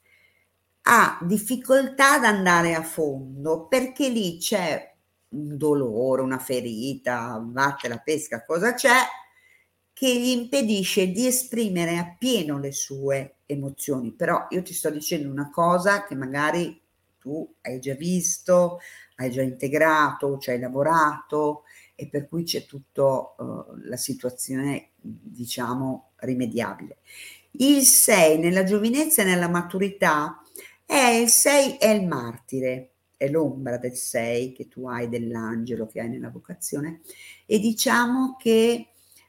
ha difficoltà ad andare a fondo perché lì c'è un dolore, una ferita, vatte la pesca, cosa c'è, che gli impedisce di esprimere appieno le sue emozioni. Però io ti sto dicendo una cosa che magari tu hai già visto, hai già integrato, ci hai lavorato e per cui c'è tutta uh, la situazione, diciamo, rimediabile. Il sei nella giovinezza e nella maturità è il sei è il martire, è l'ombra del sei che tu hai, dell'angelo che hai nella vocazione, e diciamo che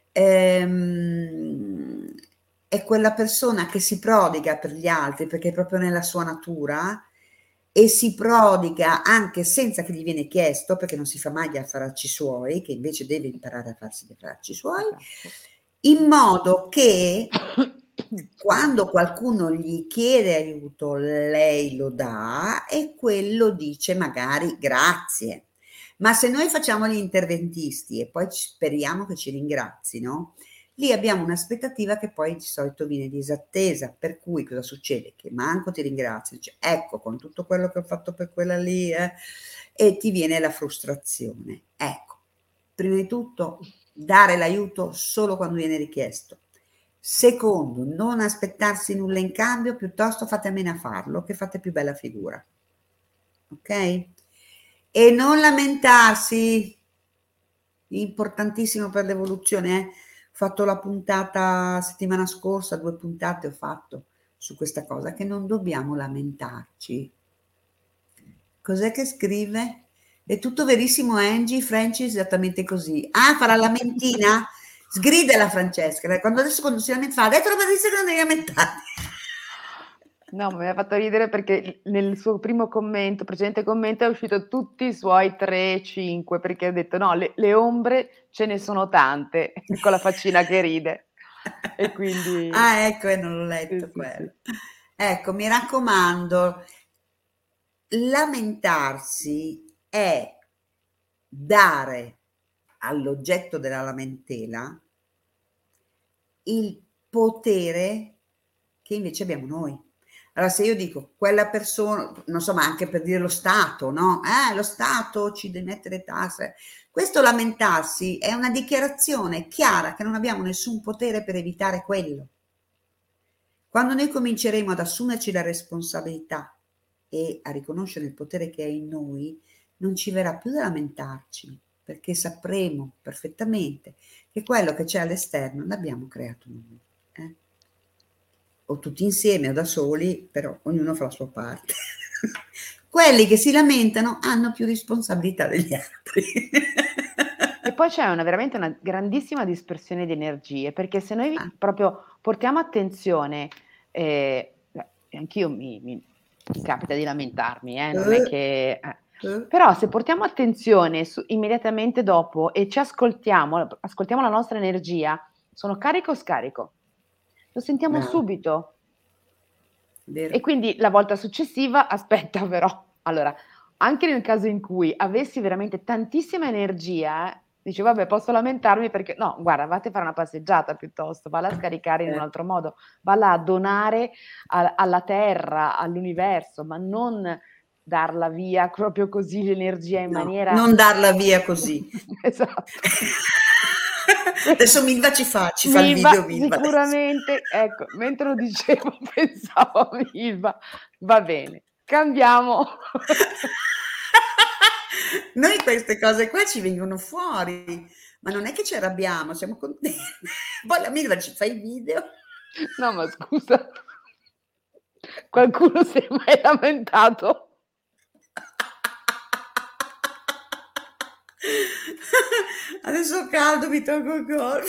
ehm, è quella persona che si prodiga per gli altri perché è proprio nella sua natura e si prodiga anche senza che gli viene chiesto, perché non si fa mai gli affaracci suoi, che invece deve imparare a farsi gli affaracci suoi. Esatto. in modo che quando qualcuno gli chiede aiuto, lei lo dà e quello dice magari grazie. Ma se noi facciamo gli interventisti e poi speriamo che ci ringrazino, lì abbiamo un'aspettativa che poi di solito viene disattesa, per cui cosa succede? Che manco ti ringrazio, cioè, ecco, con tutto quello che ho fatto per quella lì, eh, e ti viene la frustrazione. Ecco, prima di tutto dare l'aiuto solo quando viene richiesto. Secondo, non aspettarsi nulla in cambio, piuttosto fate a meno a farlo, che fate più bella figura. Ok? E non lamentarsi, importantissimo per l'evoluzione, eh? Ho fatto la puntata settimana scorsa, due puntate ho fatto su questa cosa, che non dobbiamo lamentarci. Cos'è che scrive? È tutto verissimo, Angie, Francis, esattamente così. Ah, farà la mentina? Sgridala Francesca, quando adesso quando si lamenta fa, detto la Patrizia che non devi lamentare. No, ma mi ha fatto ridere perché nel suo primo commento, precedente commento, è uscito tutti i suoi tre cinque, perché ha detto no, le, le ombre ce ne sono tante, con la faccina che ride. E quindi... Ah, ecco, e non l'ho letto Sì, sì, quello. sì. Ecco, mi raccomando, lamentarsi è dare all'oggetto della lamentela il potere che invece abbiamo noi. Allora, se io dico quella persona, non so, ma anche per dire lo Stato, no? Eh, lo Stato ci deve mettere tasse. Questo lamentarsi è una dichiarazione chiara che non abbiamo nessun potere per evitare quello. Quando noi cominceremo ad assumerci la responsabilità e a riconoscere il potere che è in noi, non ci verrà più da lamentarci, perché sapremo perfettamente che quello che c'è all'esterno l'abbiamo creato noi. Eh? O tutti insieme o da soli, però ognuno fa la sua parte. Quelli che si lamentano hanno più responsabilità degli altri. E poi c'è una, veramente una grandissima dispersione di energie, perché se noi Ah. proprio portiamo attenzione, eh, anch'io mi, mi, mi capita di lamentarmi, eh, non è che... Eh. Però se portiamo attenzione su, immediatamente dopo e ci ascoltiamo, ascoltiamo la nostra energia, sono carico o scarico? Lo sentiamo Bravo. subito. Vero. E quindi la volta successiva, aspetta però, allora, anche nel caso in cui avessi veramente tantissima energia, eh, dici vabbè posso lamentarmi perché, no, guarda, vatti a fare una passeggiata piuttosto, valla a scaricare in un altro modo, valla a donare a, alla terra, all'universo, ma non darla via proprio così l'energia in No, maniera... non darla via così. Esatto. Adesso Milva ci fa, ci fa il Milva, video Milva. sicuramente, ecco, mentre lo dicevo pensavo a Milva, va bene, cambiamo. Noi queste cose qua ci vengono fuori, ma non è che ci arrabbiamo, siamo contenti. Poi la Milva ci fa il video. No, ma scusa, qualcuno si è mai lamentato? Adesso ho caldo, mi tolgo il golf.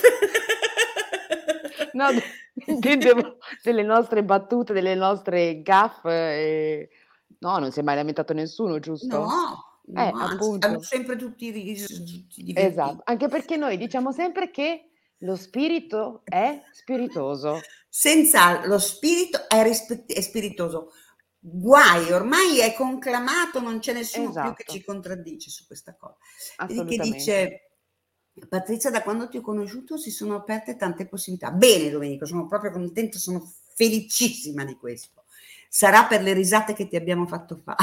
No, intendevo delle nostre battute, delle nostre gaffe. E... No, non si è mai lamentato nessuno, giusto? No, Eh, no, anzi, appunto. hanno sempre tutti risi, tutti divertiti. Esatto, anche perché noi diciamo sempre che lo spirito è spiritoso. Senza lo spirito è, rispe- è spiritoso. Guai, ormai è conclamato, non c'è nessuno Esatto. più che ci contraddice su questa cosa. Vedi che Assolutamente. dice Patrizia, da quando ti ho conosciuto si sono aperte tante possibilità. Bene Domenico, sono proprio contenta, sono felicissima di questo. Sarà per le risate che ti abbiamo fatto fare.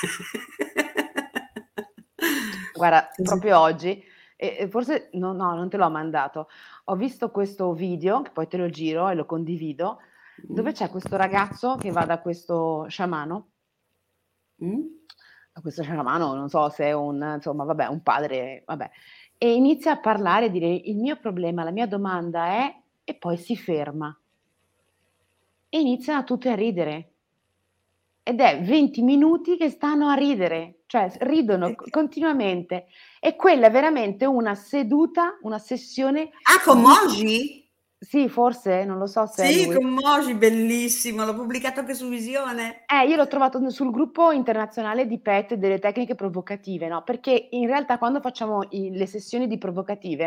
Guarda, Così. proprio oggi, e e forse no, no, non te l'ho mandato, ho visto questo video, che poi te lo giro e lo condivido, dove c'è questo ragazzo che va da questo sciamano, Mm? da questo sciamano, non so se è un, insomma, vabbè, un padre, vabbè, e inizia a parlare, a dire il mio problema, la mia domanda è, e poi si ferma. E iniziano tutti a ridere. Ed è venti minuti che stanno a ridere, cioè ridono Perché? continuamente. E quella è veramente una seduta, una sessione... Ah, con di- Moji? Sì, forse, non lo so se è Sì, lui. con Moji, bellissimo, l'ho pubblicato anche su Visione. Eh, io l'ho trovato sul gruppo internazionale di P E T delle tecniche provocative, no? Perché in realtà quando facciamo i- le sessioni di provocative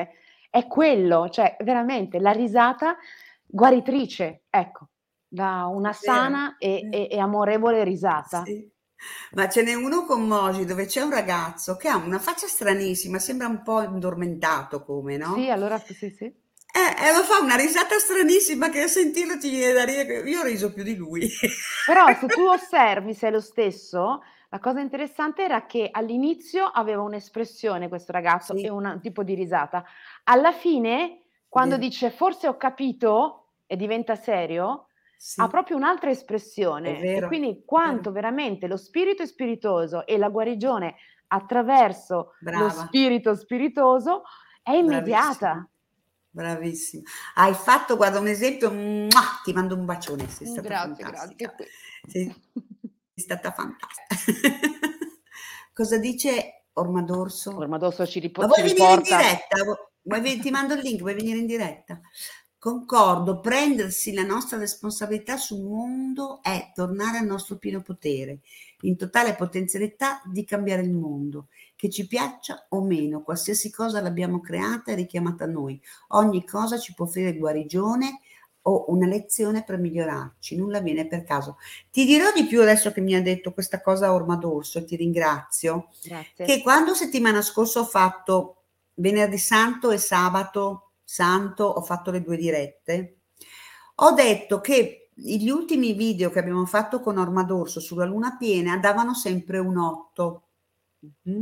è quello, cioè veramente la risata guaritrice, ecco, da una È vero, sana e, vero. e- e amorevole risata. Sì. Ma ce n'è uno con Moji dove c'è un ragazzo che ha una faccia stranissima, sembra un po' addormentato come, Sì, no? allora sì, sì. Eh, e lo fa una risata stranissima che a sentirlo ti viene da ridere. Io ho riso più di lui. Però se tu osservi se è lo stesso, la cosa interessante era che all'inizio aveva un'espressione questo ragazzo e Sì, un tipo di risata. Alla fine, quando vero. dice forse ho capito e diventa serio, ha Sì, proprio un'altra è espressione. E vero, quindi è vero. quanto veramente lo spirito è spiritoso e la guarigione attraverso lo Brava, spirito spiritoso è bravissima, immediata. bravissima. Hai fatto, guarda, un esempio, mua, ti mando un bacione, sei stata Grazie, grazie. fantastica. Sei stata fantastica. Cosa dice Ormadorso? Ormadosso ci, Ma ripo- ci vuoi venire in riporta. diretta? Vuoi ve- ti mando il link, vuoi venire in diretta? Concordo, prendersi la nostra responsabilità sul mondo è tornare al nostro pieno potere, in totale potenzialità di cambiare il mondo, che ci piaccia o meno, qualsiasi cosa l'abbiamo creata e richiamata a noi. Ogni cosa ci può offrire guarigione o una lezione per migliorarci, nulla viene per caso. Ti dirò di più adesso che mi ha detto questa cosa Ormadorso e ti ringrazio, Grazie. che quando settimana scorsa ho fatto venerdì santo e sabato santo, ho fatto le due dirette, ho detto che gli ultimi video che abbiamo fatto con Ormadorso sulla luna piena davano sempre un otto, mm?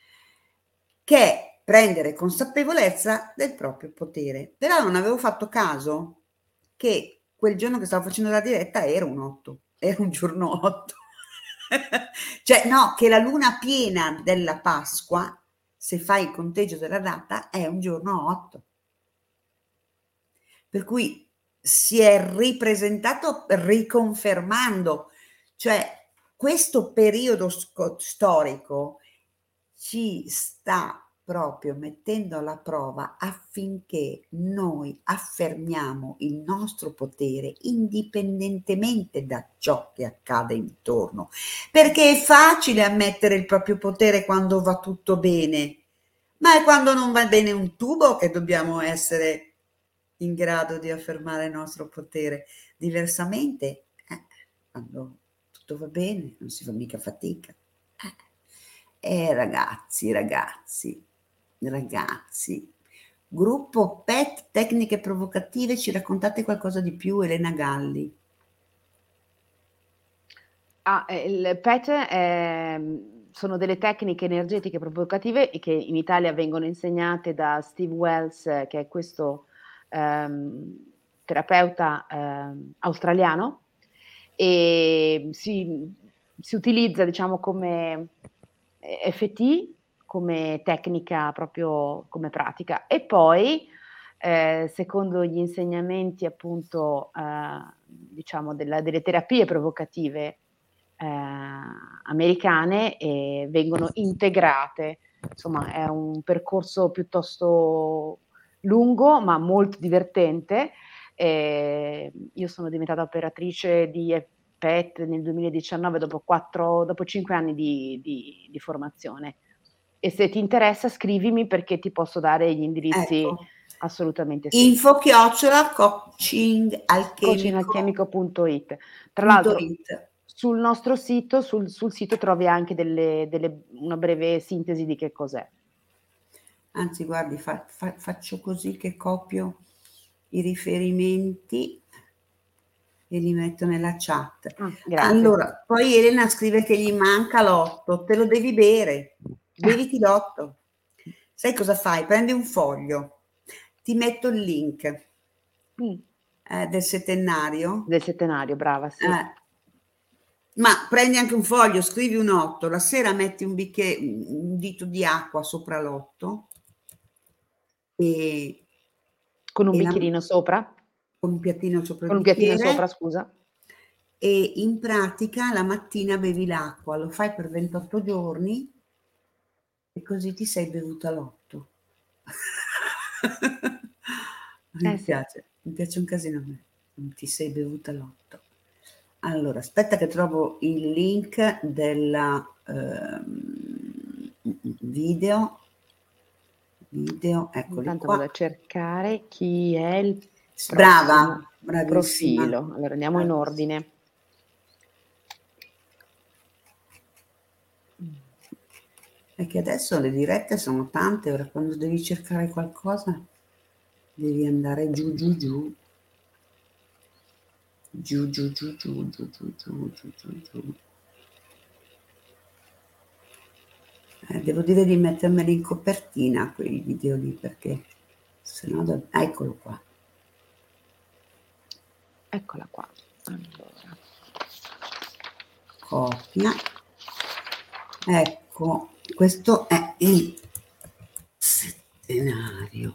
Che è prendere consapevolezza del proprio potere. Però non avevo fatto caso che quel giorno che stavo facendo la diretta era un otto, era un giorno otto. Cioè, no, che la luna piena della Pasqua, se fai il conteggio della data, è un giorno otto. Per cui si è ripresentato riconfermando, cioè questo periodo sco- storico ci sta proprio mettendo alla prova affinché noi affermiamo il nostro potere indipendentemente da ciò che accade intorno, perché è facile ammettere il proprio potere quando va tutto bene, ma è quando non va bene un tubo che dobbiamo essere in grado di affermare il nostro potere. Diversamente, eh, quando tutto va bene, non si fa mica fatica. Eh, eh, ragazzi, ragazzi, ragazzi. Gruppo P E T, tecniche provocative, ci raccontate qualcosa di più, Elena Galli? Ah, eh, il P E T è- sono delle tecniche energetiche provocative che in Italia vengono insegnate da Steve Wells, eh, che è questo ehm, terapeuta ehm, australiano, e si, si utilizza, diciamo, come F T, come tecnica, proprio come pratica. E poi, eh, secondo gli insegnamenti, appunto, eh, diciamo, della- delle terapie provocative eh, americane e vengono integrate. Insomma, è un percorso piuttosto lungo, ma molto divertente. Eh, io sono diventata operatrice di P E T nel duemiladiciannove dopo, quattro, dopo cinque anni di, di, di formazione. E se ti interessa, scrivimi perché ti posso dare gli indirizzi. Ecco, Assolutamente sì. info chiocciola coaching coaching alchemico alchemico punto it. Tra punto l'altro, it. sul nostro sito, sul, sul sito trovi anche delle, delle, una breve sintesi di che cos'è. Anzi, guardi, fa- fa- faccio così che copio i riferimenti e li metto nella chat. Ah, grazie. Allora, poi Elena scrive che gli manca l'otto, te lo devi bere, beviti l'otto. Sai cosa fai? Prendi un foglio, ti metto il link Mm, eh, del settennario, del settenario, brava, sì. eh, ma prendi anche un foglio, scrivi un otto, la sera metti un bicchiere, un dito di acqua sopra l'otto e, Con un e la- bicchierino sopra? con un piattino sopra il Con un piattino bicchiere sopra, scusa. e in pratica la mattina bevi l'acqua, lo fai per ventotto giorni e così ti sei bevuta l'otto. Mi Eh sì. piace, mi piace un casino a me. Ti sei bevuta l'otto. Allora, aspetta che trovo il link del ehm, video. video, eccoli Intanto qua. vado a cercare chi è il Brava, prossimo bravissima. profilo. Allora andiamo in ordine. Perché adesso le dirette sono tante, ora quando devi cercare qualcosa devi andare giù giù giù. Giù giù giù giù giù giù giù giù giù giù. Eh, devo dire di mettermeli in copertina quei video lì, perché se no do- eccolo qua. Eccola qua. Allora. Copia. Ecco, questo è il settenario.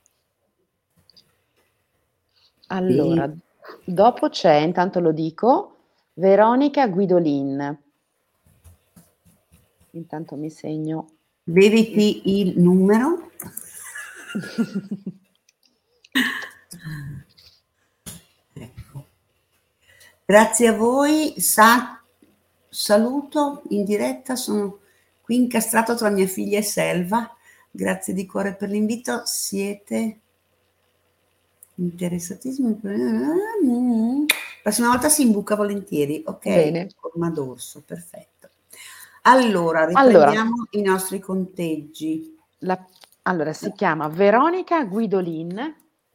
Allora, dopo c'è, intanto lo dico, Veronica Guidolin. Intanto mi segno. Beviti il numero. Ecco. Grazie a voi, sa- saluto in diretta, sono qui incastrato tra mia figlia e Selva, grazie di cuore per l'invito, siete interessatissimi? La prossima volta si imbuca volentieri, ok? Bene. Forma d'orso, perfetto. Allora, Allora. riprendiamo i nostri conteggi. La- allora, si chiama Veronica Guidolin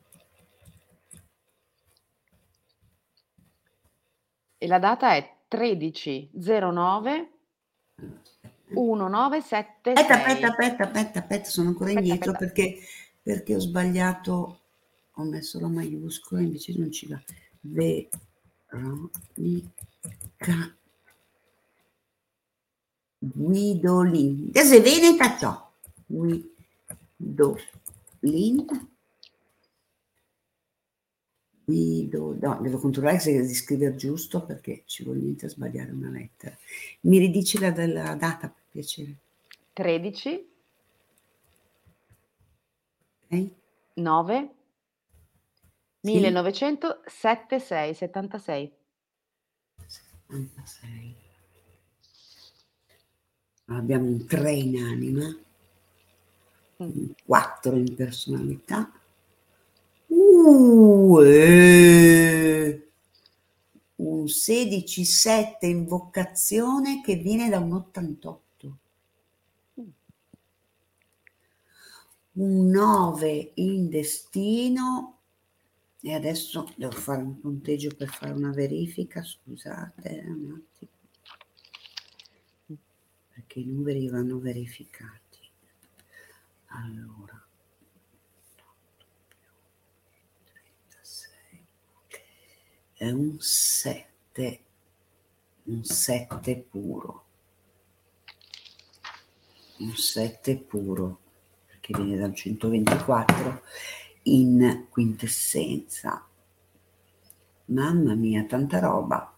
e la data è tredici zero nove diciannovesette Aspetta, sei. aspetta, aspetta, aspetta, aspetta, sono ancora Aspetta, indietro aspetta. perché, perché ho sbagliato, ho messo la maiuscola, invece non ci va. Veronica Guidolin. Adesso è veneta ciò. Guidolin. Guido, no, devo controllare se di scrivere giusto perché ci vuole niente a sbagliare una lettera. Mi ridici la della data per piacere? tredici Ok? nove Sì? millenovecentosettantasei settantasei. settantasei. Abbiamo un tre in anima, un quattro in personalità, uh, eh, un sedici sette in vocazione che viene da un ottantotto, un nove in destino. E adesso devo fare un punteggio per fare una verifica, scusate un attimo, perché i numeri vanno verificati. Allora, trentasei, è un sette, un sette puro, un sette puro, perché viene dal centoventiquattro in quintessenza. Mamma mia, tanta roba.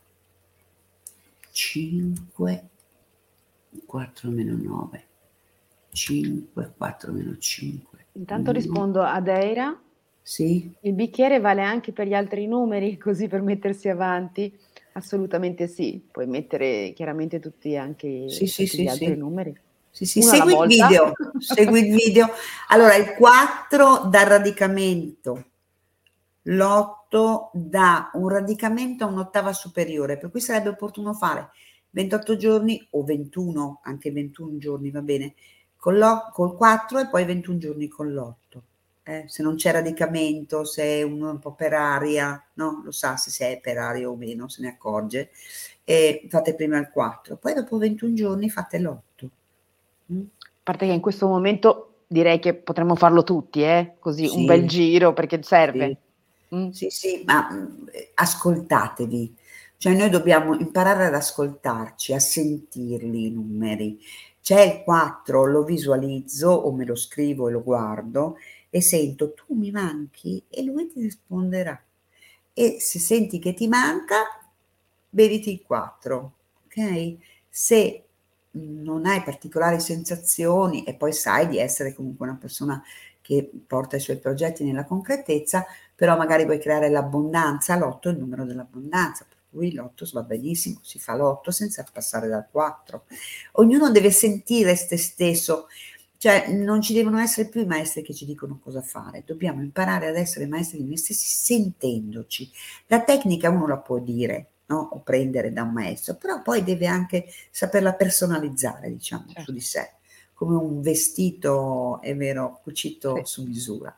cinque, quattro meno nove, cinque, quattro meno cinque. Intanto uno. rispondo ad Eira. Sì? Il bicchiere vale anche per gli altri numeri, così per mettersi avanti? Assolutamente sì. Puoi mettere chiaramente tutti anche Sì, sì, tutti sì, gli altri sì. numeri. Sì, sì, Uno alla segui il volta. video, segui il video. Allora, il quattro dà radicamento, l'otto dà un radicamento a un'ottava superiore, per cui sarebbe opportuno fare ventotto giorni o ventuno, anche ventuno giorni va bene, con l'o- col quattro e poi ventuno giorni con l'otto. Eh, se non c'è radicamento, se uno è un po' per aria, no? Lo sa se è per aria o meno, se ne accorge. E fate prima il quattro, poi dopo ventuno giorni fate l'otto. Mm? A parte che in questo momento direi che potremmo farlo tutti, eh? Così Sì, un bel giro perché serve. Sì, Mm? sì, sì, ma mh, ascoltatevi, cioè noi dobbiamo imparare ad ascoltarci, a sentirli i numeri. C'è il quattro, lo visualizzo o me lo scrivo e lo guardo e sento tu mi manchi e lui ti risponderà. E se senti che ti manca, beviti il quattro, ok? Se non hai particolari sensazioni e poi sai di essere comunque una persona che porta i suoi progetti nella concretezza, però magari vuoi creare l'abbondanza, l'otto è il numero dell'abbondanza, per cui l'otto va benissimo, si fa l'otto senza passare dal quattro. Ognuno deve sentire se stesso Cioè, non ci devono essere più i maestri che ci dicono cosa fare, dobbiamo imparare ad essere maestri di noi stessi sentendoci. La tecnica uno la può dire, no? O prendere da un maestro, però poi deve anche saperla personalizzare, diciamo, Certo. su di sé, come un vestito, è vero, cucito Sì. su misura.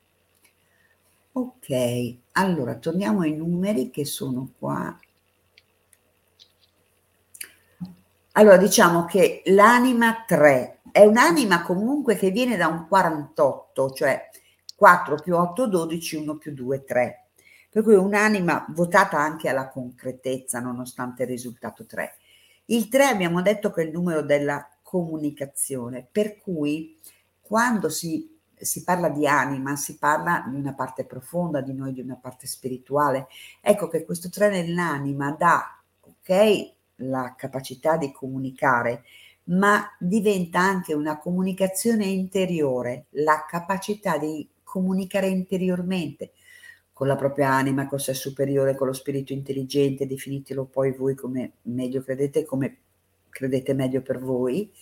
Ok, allora torniamo ai numeri che sono qua. Allora, diciamo che l'anima tre è un'anima comunque che viene da un quarantotto, cioè quattro più otto, dodici, uno più due, tre. Per cui un'anima votata anche alla concretezza, nonostante il risultato tre. Il tre abbiamo detto che è il numero della comunicazione, per cui quando si, si parla di anima, si parla di una parte profonda di noi, di una parte spirituale. Ecco che questo tre nell'anima dà, ok, la capacità di comunicare, ma diventa anche una comunicazione interiore, la capacità di comunicare interiormente con la propria anima, col sé superiore, con lo spirito intelligente, definitelo poi voi come meglio credete, come credete meglio per voi.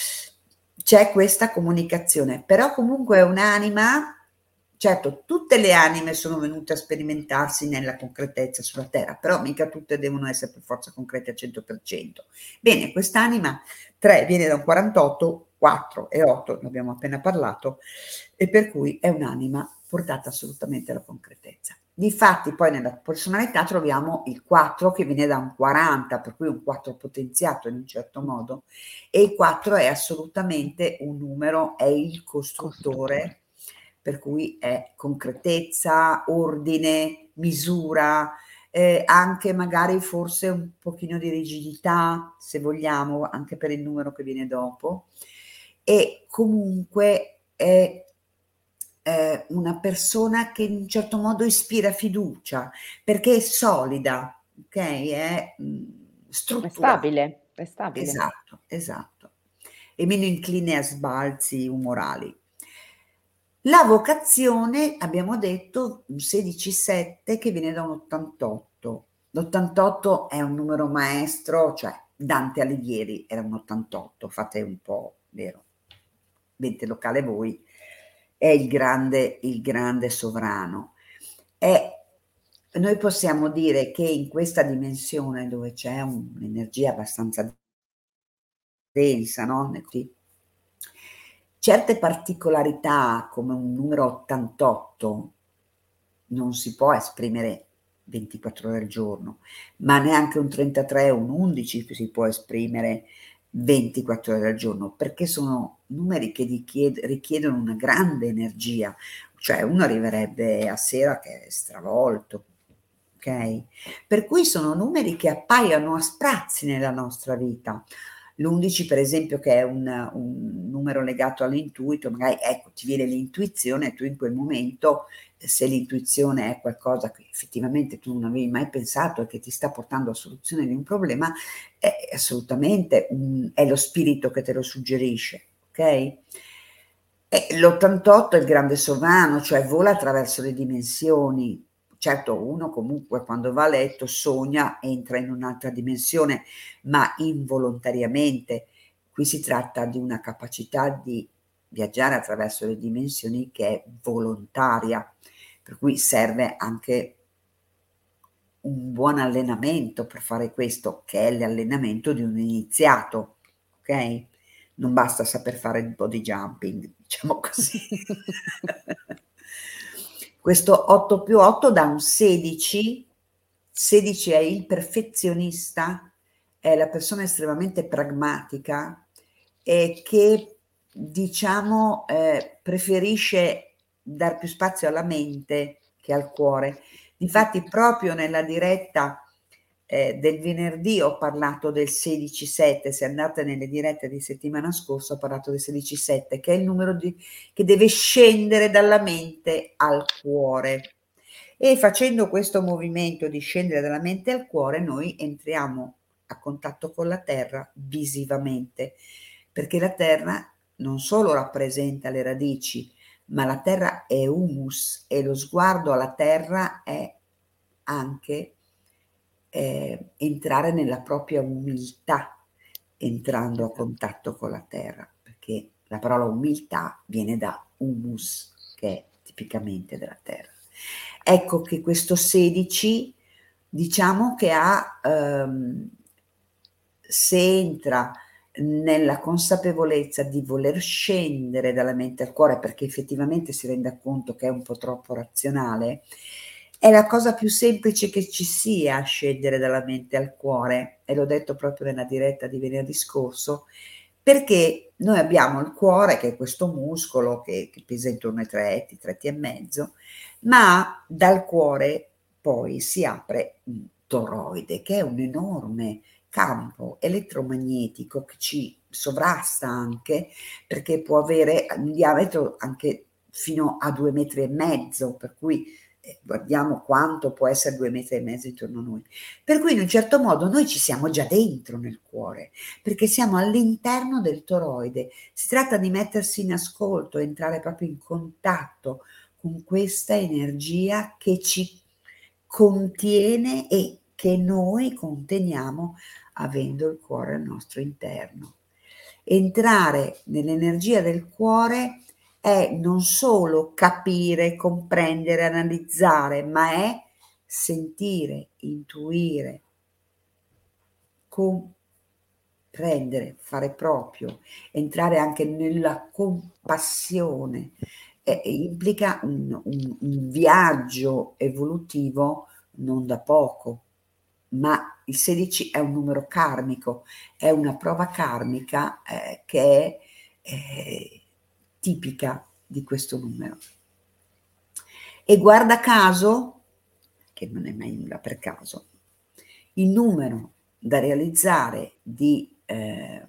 C'è questa comunicazione, però comunque è un'anima. Certo, tutte le anime sono venute a sperimentarsi nella concretezza sulla Terra, però mica tutte devono essere per forza concrete al cento per cento. Bene, quest'anima tre viene da un quarantotto, quattro e otto, ne abbiamo appena parlato, e per cui è un'anima portata assolutamente alla concretezza. Difatti poi nella personalità troviamo il quattro che viene da un quaranta, per cui un quattro potenziato in un certo modo, e il quattro è assolutamente un numero, è il costruttore. Costruttore. Per cui è concretezza, ordine, misura, eh, anche magari forse un pochino di rigidità, se vogliamo, anche per il numero che viene dopo. E comunque è eh, una persona che in un certo modo ispira fiducia, perché è solida, ok? È mh, È strutturata. stabile, è stabile. Esatto, esatto. E meno incline a sbalzi umorali. La vocazione, abbiamo detto, un sedici sette che viene da un ottantotto. L'ottantotto è un numero maestro, cioè Dante Alighieri era un ottantotto, fate un po', vero, mente locale voi, è il grande, il grande sovrano. E noi possiamo dire che in questa dimensione dove c'è un'energia abbastanza densa, no? Certe particolarità, come un numero ottantotto, non si può esprimere ventiquattro ore al giorno, ma neanche un trentatré o un undici si può esprimere ventiquattro ore al giorno, perché sono numeri che richiedono una grande energia, cioè uno arriverebbe a sera che è stravolto, ok? Per cui sono numeri che appaiono a sprazzi nella nostra vita. L'undici per esempio, che è un, un numero legato all'intuito, magari ecco ti viene l'intuizione e tu in quel momento, se l'intuizione è qualcosa che effettivamente tu non avevi mai pensato e che ti sta portando a soluzione di un problema, è assolutamente un, è lo spirito che te lo suggerisce, ok? E l'ottantotto è il grande sovrano, cioè vola attraverso le dimensioni. Certo, uno comunque quando va a letto sogna, entra in un'altra dimensione, ma involontariamente. Qui si tratta di una capacità di viaggiare attraverso le dimensioni che è volontaria, per cui serve anche un buon allenamento per fare questo, che è l'allenamento di un iniziato, ok? Non basta saper fare il body jumping, diciamo così. Questo otto più otto dà un sedici, sedici è il perfezionista, è la persona estremamente pragmatica e che diciamo eh, preferisce dar più spazio alla mente che al cuore. Difatti proprio nella diretta eh, del venerdì ho parlato del sedici sette, se andate nelle dirette di settimana scorsa ho parlato del sedici sette, che è il numero di, che deve scendere dalla mente al cuore. E facendo questo movimento di scendere dalla mente al cuore noi entriamo a contatto con la terra visivamente, perché la terra non solo rappresenta le radici, ma la terra è humus e lo sguardo alla terra è anche eh, entrare nella propria umiltà entrando a contatto con la terra, perché la parola umiltà viene da humus, che è tipicamente della terra. Ecco che questo sedici, diciamo che ha, ehm, se entra nella consapevolezza di voler scendere dalla mente al cuore, perché effettivamente si renda conto che è un po' troppo razionale, è la cosa più semplice che ci sia scendere dalla mente al cuore, e l'ho detto proprio nella diretta di venerdì scorso, perché noi abbiamo il cuore, che è questo muscolo che, che pesa intorno ai tre etti, tre etti e mezzo, ma dal cuore poi si apre un toroide, che è un enorme campo elettromagnetico che ci sovrasta anche, perché può avere un diametro anche fino a due metri e mezzo, per cui eh, guardiamo quanto può essere due metri e mezzo intorno a noi. Per cui in un certo modo noi ci siamo già dentro nel cuore, perché siamo all'interno del toroide. Si tratta di mettersi in ascolto, entrare proprio in contatto con questa energia che ci contiene e che noi conteniamo avendo il cuore al nostro interno. Entrare nell'energia del cuore è non solo capire, comprendere, analizzare, ma è sentire, intuire, comprendere, fare proprio, entrare anche nella compassione. Eh, implica un, un, un viaggio evolutivo non da poco, ma il sedici è un numero karmico, è una prova karmica eh, che è eh, tipica di questo numero. E guarda caso, che non è mai nulla per caso, il numero da realizzare di eh,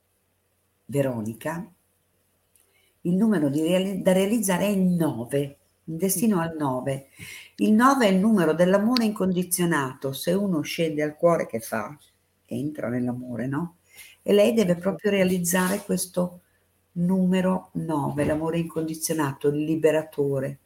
Veronica, il numero di reali- da realizzare è il nove, il destino al nove. Il nove è il numero dell'amore incondizionato. Se uno scende al cuore, che fa? Entra nell'amore, no? E lei deve proprio realizzare questo numero nove, l'amore incondizionato, il liberatore.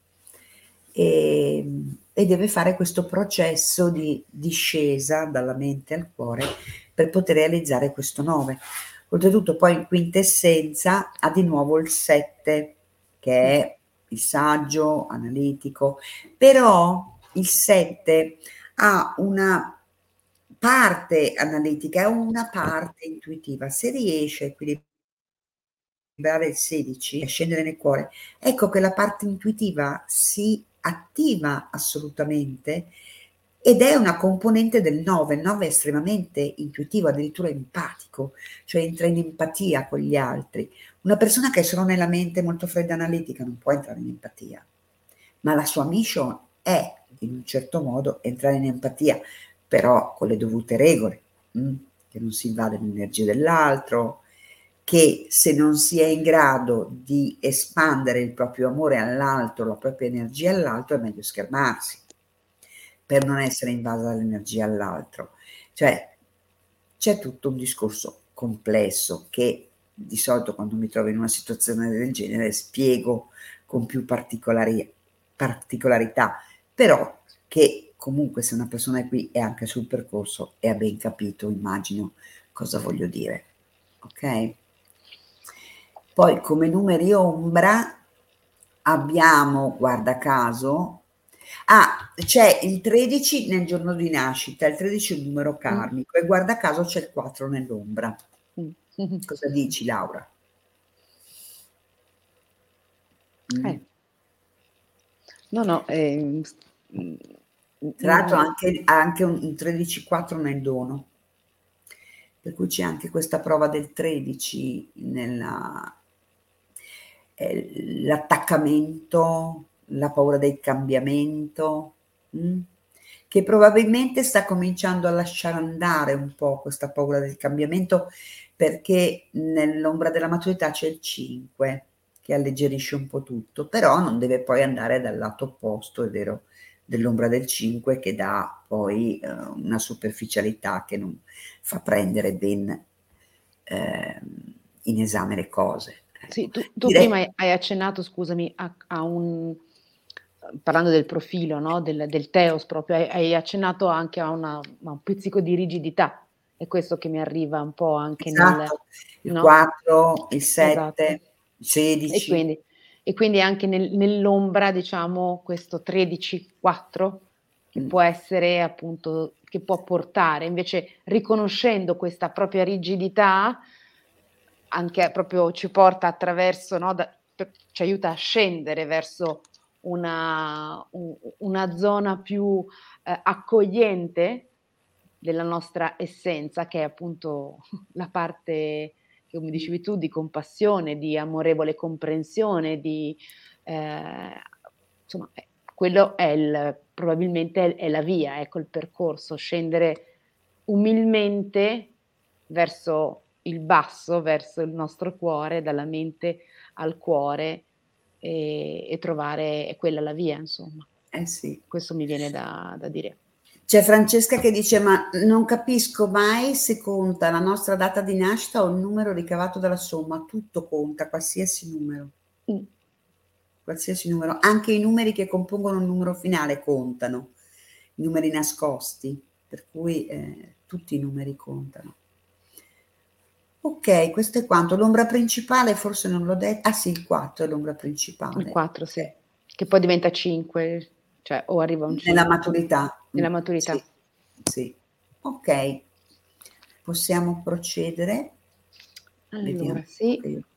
E, e deve fare questo processo di discesa dalla mente al cuore per poter realizzare questo nove. Oltretutto poi in quintessenza ha di nuovo il sette, che è il saggio, analitico, però il sette ha una parte analitica e una parte intuitiva. Se riesce a equilibrare il sedici e scendere nel cuore, ecco che la parte intuitiva si attiva assolutamente ed è una componente del nove. Il nove è estremamente intuitivo, addirittura empatico, cioè entra in empatia con gli altri. Una persona che è solo nella mente molto fredda analitica non può entrare in empatia, ma la sua mission è in un certo modo entrare in empatia, però con le dovute regole, mh? che non si invade l'energia dell'altro, che se non si è in grado di espandere il proprio amore all'altro, la propria energia all'altro, è meglio schermarsi per non essere invasa dall'energia all'altro. Cioè c'è tutto un discorso complesso che di solito quando mi trovo in una situazione del genere spiego con più particolari, particolarità, però che comunque se una persona è qui è anche sul percorso e ha ben capito, immagino, cosa voglio dire. Ok? Poi come numeri ombra abbiamo, guarda caso, ah, c'è il tredici nel giorno di nascita, il tredici è un numero karmico mm. e guarda caso c'è il quattro nell'ombra. Mm. Cosa dici, Laura? Mm. Eh. No, no. Eh, Tra l'altro anche, anche un, un tredici quattro nel dono, per cui c'è anche questa prova del tredici nella eh, l'attaccamento, la paura del cambiamento, mh? che probabilmente sta cominciando a lasciare andare un po' questa paura del cambiamento, perché nell'ombra della maturità c'è il cinque che alleggerisce un po' tutto, però non deve poi andare dal lato opposto, è vero, dell'ombra del cinque, che dà poi eh, una superficialità che non fa prendere ben eh, in esame le cose. Sì, tu, tu Direi... prima hai accennato, scusami, a, a un, parlando del profilo, no? del, del Teos proprio, hai, hai accennato anche a, una, a un pizzico di rigidità, è questo che mi arriva un po' anche esatto, nel... il no? quattro, il sette, Esatto. E sedici. quindi, e quindi anche nel- nell'ombra, diciamo, questo tredici quattro che Mm. può essere appunto, che può portare, invece riconoscendo questa propria rigidità, anche proprio ci porta attraverso, no, da- per- ci aiuta a scendere verso una, un- una zona più eh, accogliente della nostra essenza, che è appunto la parte, che come dicevi tu, di compassione, di amorevole comprensione, di eh, insomma, eh, quello è il, probabilmente è, è la via, ecco il percorso, scendere umilmente verso il basso, verso il nostro cuore, dalla mente al cuore, e, e trovare, è quella la via, insomma. Eh sì. Questo mi viene da, da dire. C'è Francesca che dice: ma non capisco mai se conta la nostra data di nascita o il numero ricavato dalla somma. Tutto conta, qualsiasi numero. Mm. Qualsiasi numero, anche i numeri che compongono il numero finale contano, i numeri nascosti, per cui eh, tutti i numeri contano. Ok, questo è quanto. L'ombra principale forse non l'ho detto. Ah sì, il quattro è l'ombra principale. Il quattro, sì. Ok. Che poi diventa cinque, cioè o arriva a un cinque. Nella maturità. Nella Mm, maturità. Sì, sì. Ok, possiamo procedere. Allora, Vediamo. sì. che io-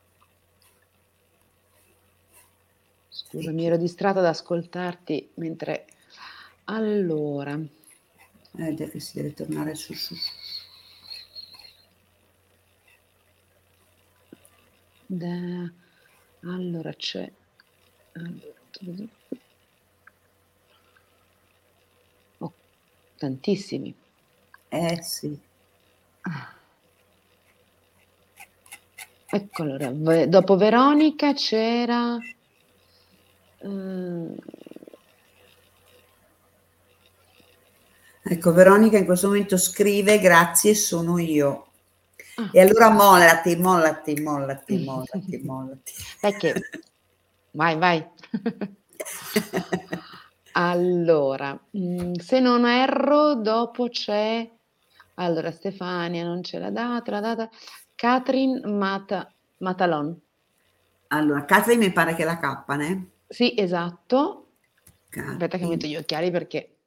Scusa, mi ero distratta ad ascoltarti mentre... Allora, Eh, già che si deve tornare su su. su. da- allora c'è... allora, oh, tantissimi. Eh sì. Ecco, allora, ve- dopo Veronica c'era... eh, Ecco, Veronica in questo momento scrive: grazie, sono io. ah. E allora mollati, mollati, mollati, mollati, mollati. Dai che... Vai, vai. Allora, mm, se non erro, dopo c'è... Allora, Stefania, non c'è la data, la data... Catherine Mata- Matalon. Allora, Catherine mi pare che la K, né? Sì, esatto. Aspetta che Catherine. metto gli occhiali perché...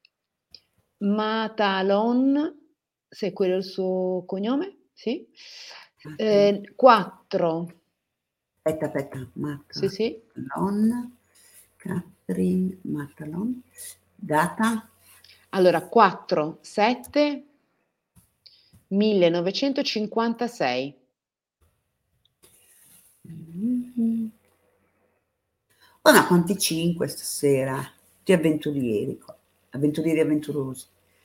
Matalon, se quello è il suo cognome, sì. Eh, quattro. Aspetta, aspetta, Sì, sì. Matalon, Catherine Matalon, data? Allora, quattro, sette, millenovecentocinquantasei. Mm-hmm. Oh, ma quanti cinque stasera? Tutti avventurieri, qua. Avventurieri avventurosi.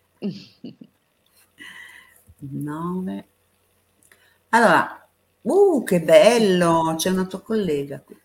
nove. Allora, uh, che bello! C'è una tua collega qui.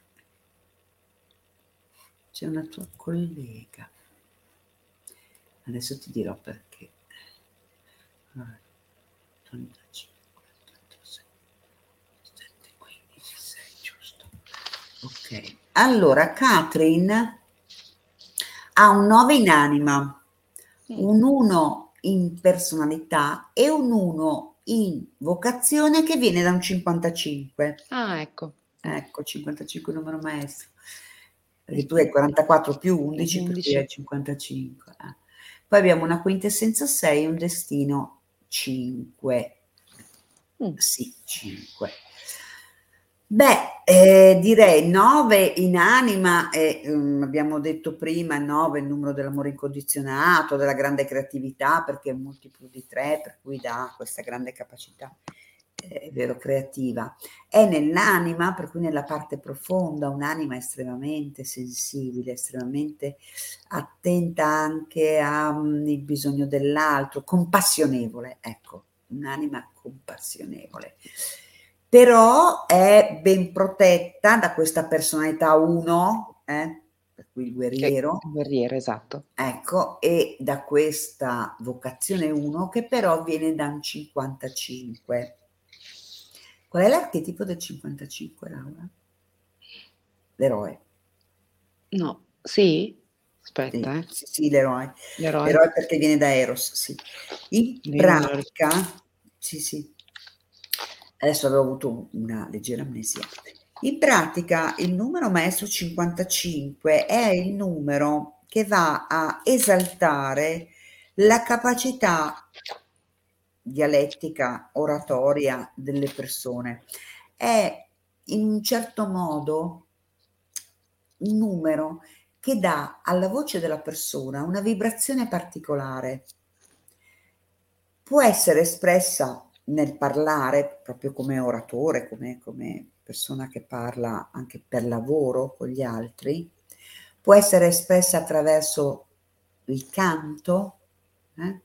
C'è una tua collega. Adesso ti dirò perché. Allora, trentacinque, trentasei, sette, quindici, sei, giusto. Ok. Allora, Catherine ha un nove in anima, un uno in personalità e un uno in vocazione che viene da un cinquantacinque. Ah, ecco. Ecco, cinquantacinque numero maestro. Perché tu hai quarantaquattro più undici, per cui undici. hai cinquantacinque. Eh. Poi abbiamo una quintessenza sei e un destino cinque. Mm. Sì, cinque. Beh, eh, direi nove in anima, e, um, abbiamo detto prima, nove è il numero dell'amore incondizionato, della grande creatività, perché è un multiplo di tre, per cui dà questa grande capacità, eh, è vero, creativa. È nell'anima, per cui nella parte profonda, un'anima estremamente sensibile, estremamente attenta anche al bisogno dell'altro, compassionevole, ecco, un'anima compassionevole. Però è ben protetta da questa personalità uno, eh, per cui il guerriero, Che, guerriero, esatto. ecco, e da questa vocazione uno che però viene da un cinquantacinque. Qual è l'archetipo del cinquantacinque, Laura? L'eroe. No, sì? Aspetta, Sì, eh. sì, sì, l'eroe. L'eroe. L'eroe perché viene da Eros, sì. In Io non me lo pratica, sì, sì. Adesso avevo avuto una leggera amnesia. In pratica il numero maestro cinquantacinque è il numero che va a esaltare la capacità dialettica, oratoria delle persone. È in un certo modo un numero che dà alla voce della persona una vibrazione particolare. Può essere espressa nel parlare, proprio come oratore, come, come persona che parla anche per lavoro con gli altri, può essere espressa attraverso il canto, eh?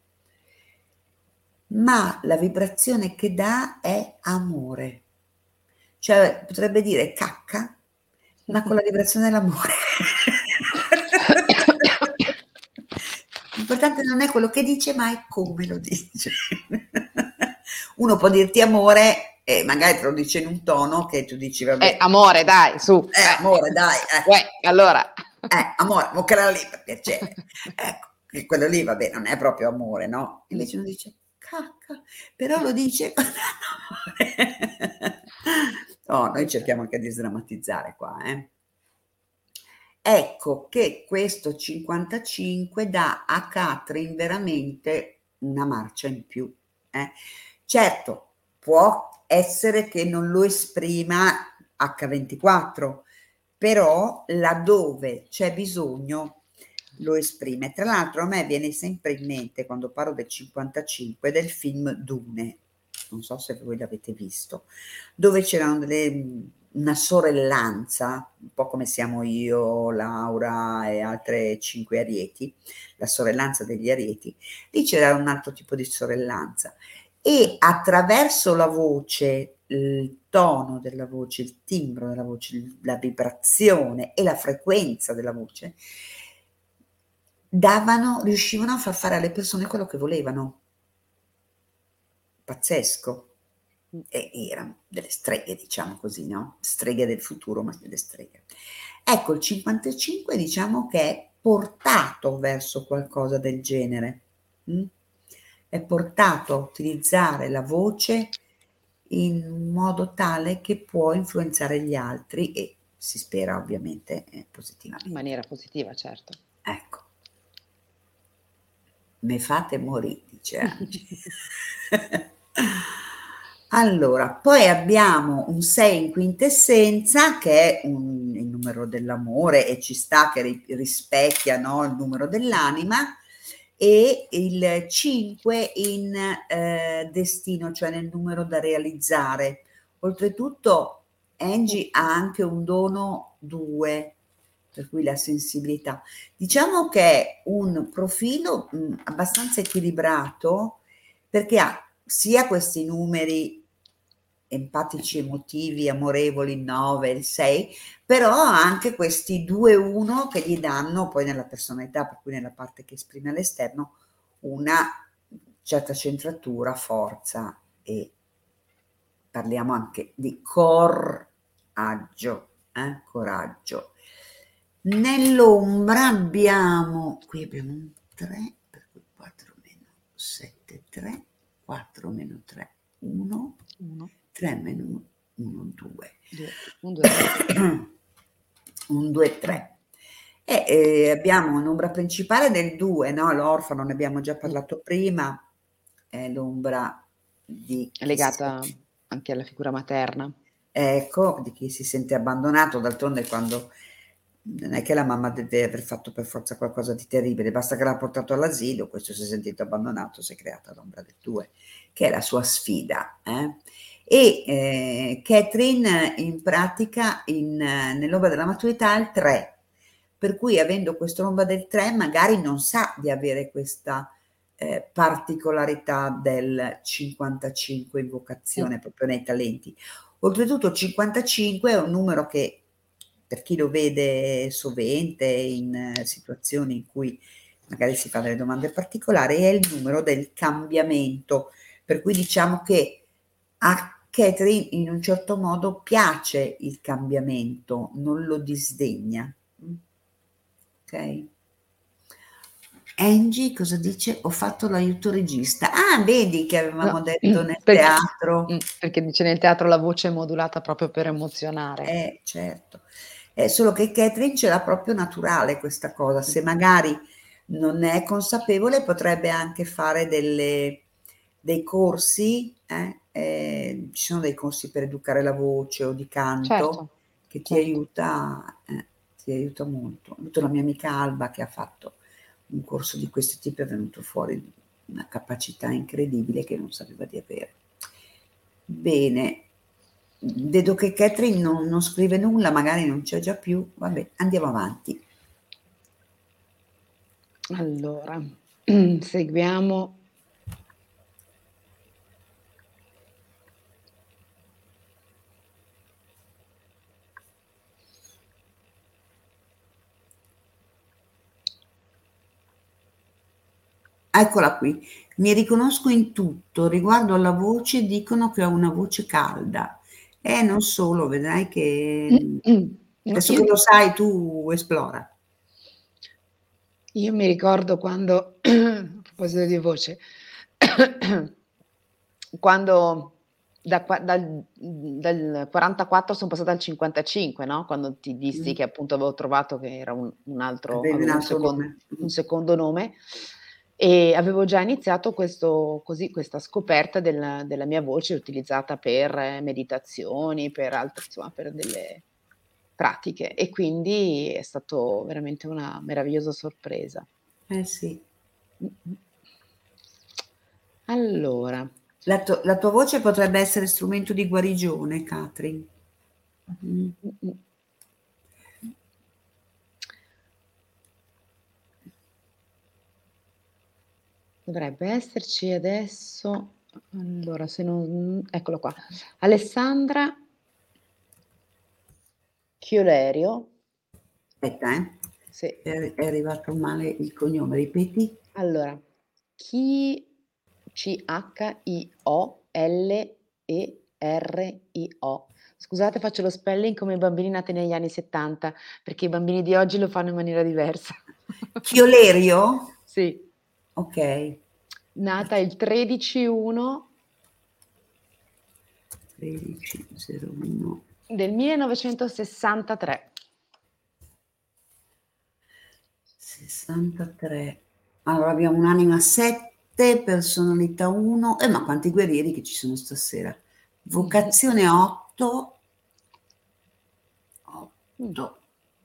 Ma la vibrazione che dà è amore. Cioè potrebbe dire cacca, ma con la vibrazione dell'amore. L'importante non è quello che dice, ma è come lo dice. Uno può dirti amore e magari te lo dice in un tono che tu dici vabbè. Eh, amore, dai, su. Eh, amore, dai. Eh. Uè, allora. Eh, amore, moccala lì per piacere. Ecco, che quello lì, vabbè, non è proprio amore, no? Invece uno dice cacca, però lo dice con amore. No, noi cerchiamo anche di sdrammatizzare qua, eh. Ecco che questo cinquantacinque dà a Katrin veramente una marcia in più. Eh. Certo, può essere che non lo esprima acca ventiquattro, però laddove c'è bisogno lo esprime. Tra l'altro a me viene sempre in mente, quando parlo del cinquantacinque, del film Dune, non so se voi l'avete visto, dove c'erano delle, una sorellanza, un po' come siamo io, Laura e altre cinque arieti, la sorellanza degli arieti. Lì c'era un altro tipo di sorellanza e attraverso la voce, il tono della voce, il timbro della voce, la vibrazione e la frequenza della voce, davano, riuscivano a far fare alle persone quello che volevano. Pazzesco. E erano delle streghe, diciamo così, no? Streghe del futuro, ma delle streghe. Ecco, il cinquantacinque diciamo che è portato verso qualcosa del genere. Mm? È portato a utilizzare la voce in modo tale che può influenzare gli altri e si spera ovviamente eh, positivamente. In maniera positiva, certo. Ecco. Me fate morire, dice Angie. Allora, poi abbiamo un sei in quintessenza che è un, il numero dell'amore e ci sta che ri, rispecchia, no, il numero dell'anima, e il cinque in eh, destino, cioè nel numero da realizzare. Oltretutto Angie ha anche un dono due, per cui la sensibilità. Diciamo che è un profilo mh, abbastanza equilibrato, perché ha sia questi numeri empatici, emotivi, amorevoli, nove, il sei, però ha anche questi due uno che gli danno poi nella personalità, per cui nella parte che esprime all'esterno, una certa centratura, forza e parliamo anche di coraggio, eh? Coraggio. Nell'ombra abbiamo, qui abbiamo un tre, per cui quattro meno sette, tre, quattro meno tre, uno, uno. tre meno uno, due. un due, un due, tre. E eh, abbiamo un'ombra principale del due, no? L'orfano, ne abbiamo già parlato prima, è l'ombra di è legata si... anche alla figura materna. Ecco, di chi si sente abbandonato, d'altronde quando non è che la mamma deve aver fatto per forza qualcosa di terribile, basta che l'ha portato all'asilo, questo si è sentito abbandonato, si è creata l'ombra del due, che è la sua sfida. Eh? E eh, Katrin in pratica in, nell'ombra della maturità ha il tre, per cui avendo quest'ombra del tre magari non sa di avere questa eh, particolarità del cinquantacinque in vocazione, mm. proprio nei talenti. Oltretutto cinquantacinque è un numero che per chi lo vede sovente in situazioni in cui magari si fa delle domande particolari, è il numero del cambiamento, per cui diciamo che a Katrin in un certo modo piace il cambiamento, non lo disdegna. Ok? Angie cosa dice? Ho fatto l'aiuto regista. Ah, vedi che avevamo No, detto nel perché, teatro. mm, perché dice nel teatro la voce è modulata proprio per emozionare. Eh, certo. Eh, solo che Catherine ce l'ha proprio naturale questa cosa. Se magari non è consapevole, potrebbe anche fare delle, dei corsi, eh? Eh, ci sono dei corsi per educare la voce o di canto Certo, che ti certo. aiuta, eh, ti aiuta molto. Ho avuto la mia amica Alba che ha fatto un corso di questo tipo, è venuto fuori una capacità incredibile che non sapeva di avere. Bene, vedo che Catherine non, non scrive nulla, magari non c'è già più. Vabbè, andiamo avanti. Allora, seguiamo. Eccola qui. Mi riconosco in tutto. Riguardo alla voce, dicono che ho una voce calda. Eh, non solo, vedrai che No, adesso io, che lo sai, tu esplora. io mi ricordo quando, a proposito di voce, quando da qua- dal, dal quarantaquattro sono passata al cinquantacinque, no? Quando ti dissi Mm. che appunto avevo trovato che era un, un altro, Avevi un avevo un altro secondo, nome. Mm. un secondo nome e avevo già iniziato questo, così, questa scoperta della, della mia voce utilizzata per eh, meditazioni, per altre, insomma, per delle pratiche e quindi è stato veramente una meravigliosa sorpresa. Eh sì. Mm-mm. Allora, La, tu- la tua voce potrebbe essere strumento di guarigione, Catherine. Mm. mm-mm. Dovrebbe esserci adesso, allora se non, eccolo qua, Alessandra Chiolerio, Aspetta, eh. sì, È, è arrivato male il cognome, ripeti? allora, chi C H I O L E R I O. Scusate, faccio lo spelling come i bambini nati negli anni settanta, perché i bambini di oggi lo fanno in maniera diversa. Chiolerio? Sì, Ok. nata il tredici uno tredici zero uno. del millenovecentosessantatré. sessantatré. Allora abbiamo un'anima sette, personalità uno. Eh, ma quanti guerrieri che ci sono stasera. Vocazione otto. otto.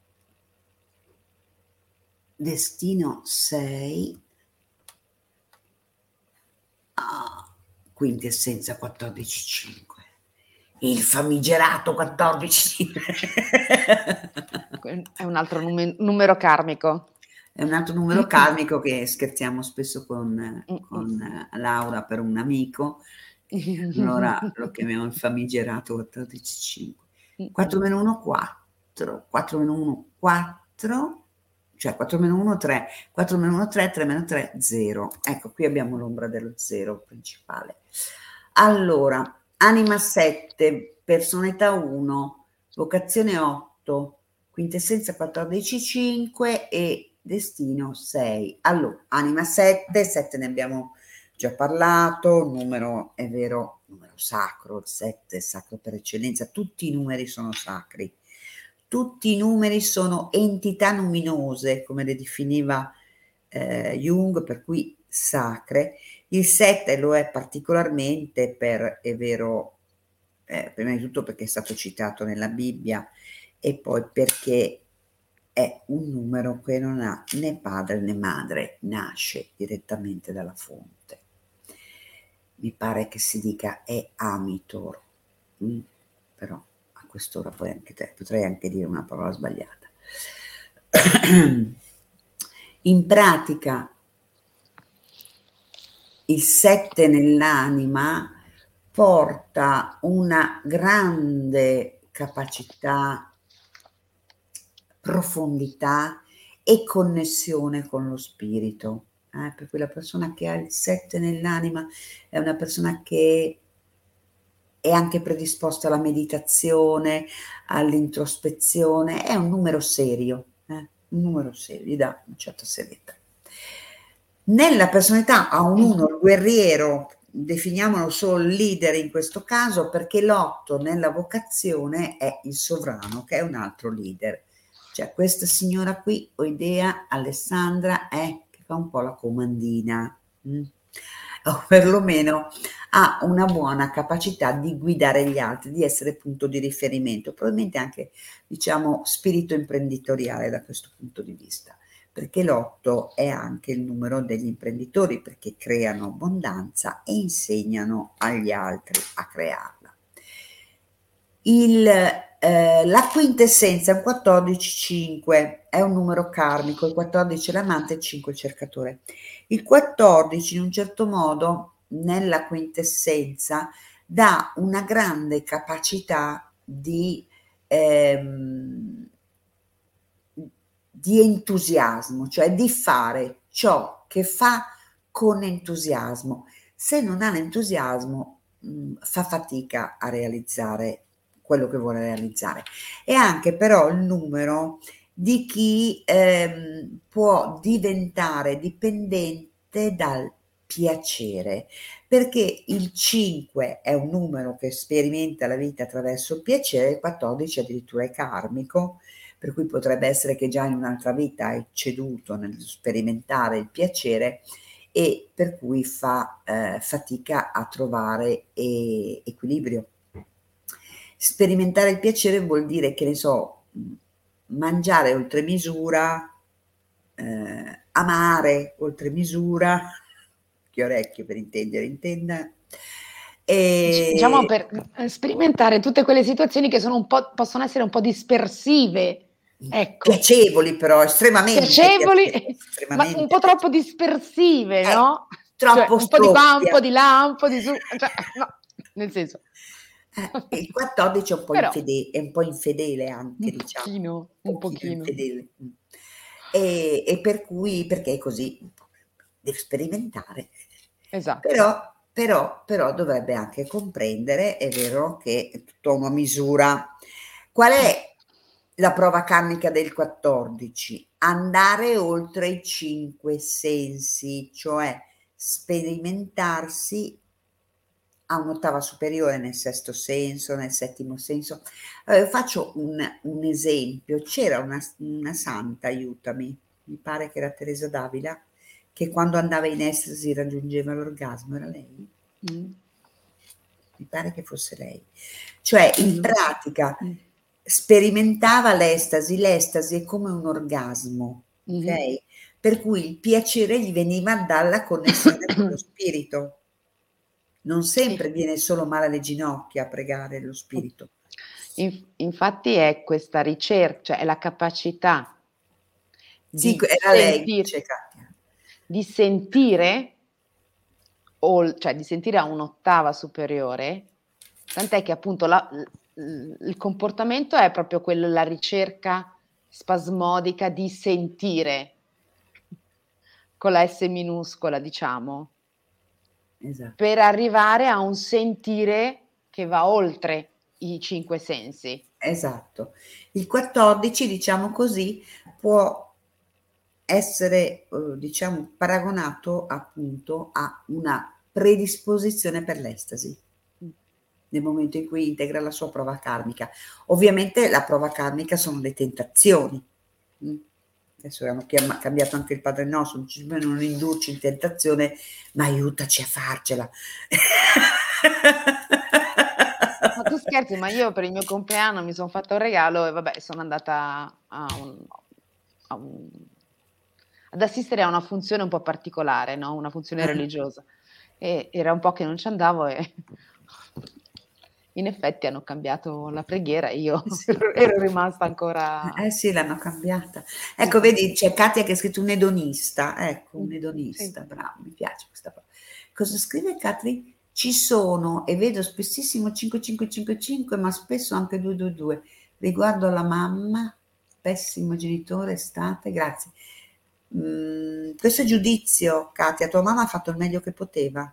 Destino sei. Ah, quintessenza quattordici cinque. Il famigerato quattordici. È un altro nume- numero karmico. È un altro numero karmico che scherziamo spesso con, Mm, con Laura per un amico. mm. Allora lo chiamiamo il famigerato quattordici cinque. Mm, quattro meno uno quattro, quattro meno uno quattro, cioè quattro meno uno tre, quattro meno uno tre, tre meno tre zero. Ecco, qui abbiamo l'ombra dello zero principale. Allora, anima sette, personalità uno, vocazione otto, quintessenza quattordici cinque e destino sei. Allora, anima sette, sette ne abbiamo già parlato, numero è vero, numero sacro, il sette è sacro per eccellenza, tutti i numeri sono sacri, tutti i numeri sono entità luminose, come le definiva eh, Jung, per cui sacre. Il sette lo è particolarmente per, è vero, eh, prima di tutto perché è stato citato nella Bibbia e poi perché è un numero che non ha né padre né madre, nasce direttamente dalla fonte. Mi pare che si dica è Amitor, mm, però a quest'ora poi anche te, potrei anche dire una parola sbagliata. In pratica il sette nell'anima porta una grande capacità, profondità e connessione con lo spirito. Eh, per cui la persona che ha il sette nell'anima è una persona che è anche predisposta alla meditazione, all'introspezione, è un numero serio, eh? Un numero serio, gli dà una certa serietà. Nella personalità ha un uno, il guerriero, definiamolo solo il leader in questo caso, perché l'otto nella vocazione è il sovrano, che è un altro leader. Cioè questa signora qui, ho idea, Alessandra, è che fa un po' la comandina, mm? o perlomeno ha una buona capacità di guidare gli altri, di essere punto di riferimento, probabilmente anche, diciamo, spirito imprenditoriale da questo punto di vista, perché l'otto è anche il numero degli imprenditori, perché creano abbondanza e insegnano agli altri a crearla. Il, eh, la quintessenza è un quattordici cinque, è un numero karmico, il quattordici è l'amante, il cinque il cercatore. Il quattordici in un certo modo nella quintessenza dà una grande capacità di, ehm, di entusiasmo, cioè di fare ciò che fa con entusiasmo. Se non ha l'entusiasmo mh, fa fatica a realizzare quello che vuole realizzare. È anche però il numero di chi ehm, può diventare dipendente dal piacere, perché il cinque è un numero che sperimenta la vita attraverso il piacere, il quattordici addirittura è karmico, per cui potrebbe essere che già in un'altra vita hai ceduto nel sperimentare il piacere e per cui fa eh, fatica a trovare eh, equilibrio. Sperimentare il piacere vuol dire, che ne so, mangiare oltre misura, eh, amare oltre misura, che orecchio per intendere, intenda. E... Diciamo per sperimentare tutte quelle situazioni che sono un po', possono essere un po' dispersive. Ecco. Piacevoli però, estremamente piacevoli, piacevoli, estremamente ma un po' troppo dispersive, eh, no? Troppo cioè, un po' di qua, un stroppia. po' di là, un po' di su, cioè, no, nel senso. Eh, il quattordici è un po' Però, infedele, è un po' infedele anche, un diciamo. pochino, un pochino. Infedele. E, e per cui, perché è così, deve sperimentare. Esatto. Però, però, però dovrebbe anche comprendere, è vero, che è tutta una misura. Qual è la prova karmica del quattordici? Andare oltre i cinque sensi, cioè sperimentarsi a un'ottava superiore nel sesto senso, nel settimo senso. Allora, faccio un, un esempio. C'era una, una santa, aiutami, mi pare che era Teresa d'Avila, che quando andava in estasi raggiungeva l'orgasmo. Era lei? Mm. Mi pare che fosse lei. Cioè, in mm. pratica, mm. sperimentava l'estasi. L'estasi è come un orgasmo, mm-hmm. ok? Per cui il piacere gli veniva dalla connessione con lo spirito. Non sempre viene solo male alle ginocchia a pregare lo spirito. Infatti è questa ricerca, cioè è la capacità sì, di, era sentire, lei, di sentire, o, cioè di sentire a un'ottava superiore, tant'è che appunto la, il comportamento è proprio quello, la ricerca spasmodica di sentire, con la S minuscola, diciamo. Esatto. Per arrivare a un sentire che va oltre i cinque sensi. Esatto. Il quattordici, diciamo così, può essere, eh, diciamo, paragonato appunto a una predisposizione per l'estasi, nel momento in cui integra la sua prova karmica. Ovviamente la prova karmica sono le tentazioni. Adesso abbiamo cambiato anche il Padre Nostro, non indurci in tentazione, ma aiutaci a farcela. Ma tu scherzi, ma io per il mio compleanno mi sono fatta un regalo e vabbè, sono andata a un, a un, ad assistere a una funzione un po' particolare, no? Una funzione religiosa. E era un po' che non ci andavo e in effetti hanno cambiato la preghiera e io sì. ero rimasta ancora... Eh sì, l'hanno cambiata. Ecco, sì. Vedi, c'è Katia che ha scritto un edonista. Ecco, un edonista, sì. Bravo, mi piace questa parola. Cosa scrive Katri? Ci sono, e vedo spessissimo cinque cinque cinque cinque, ma spesso anche due due due. Riguardo alla mamma, pessimo genitore, state, grazie. Mm, questo è giudizio, Katia, tua mamma ha fatto il meglio che poteva.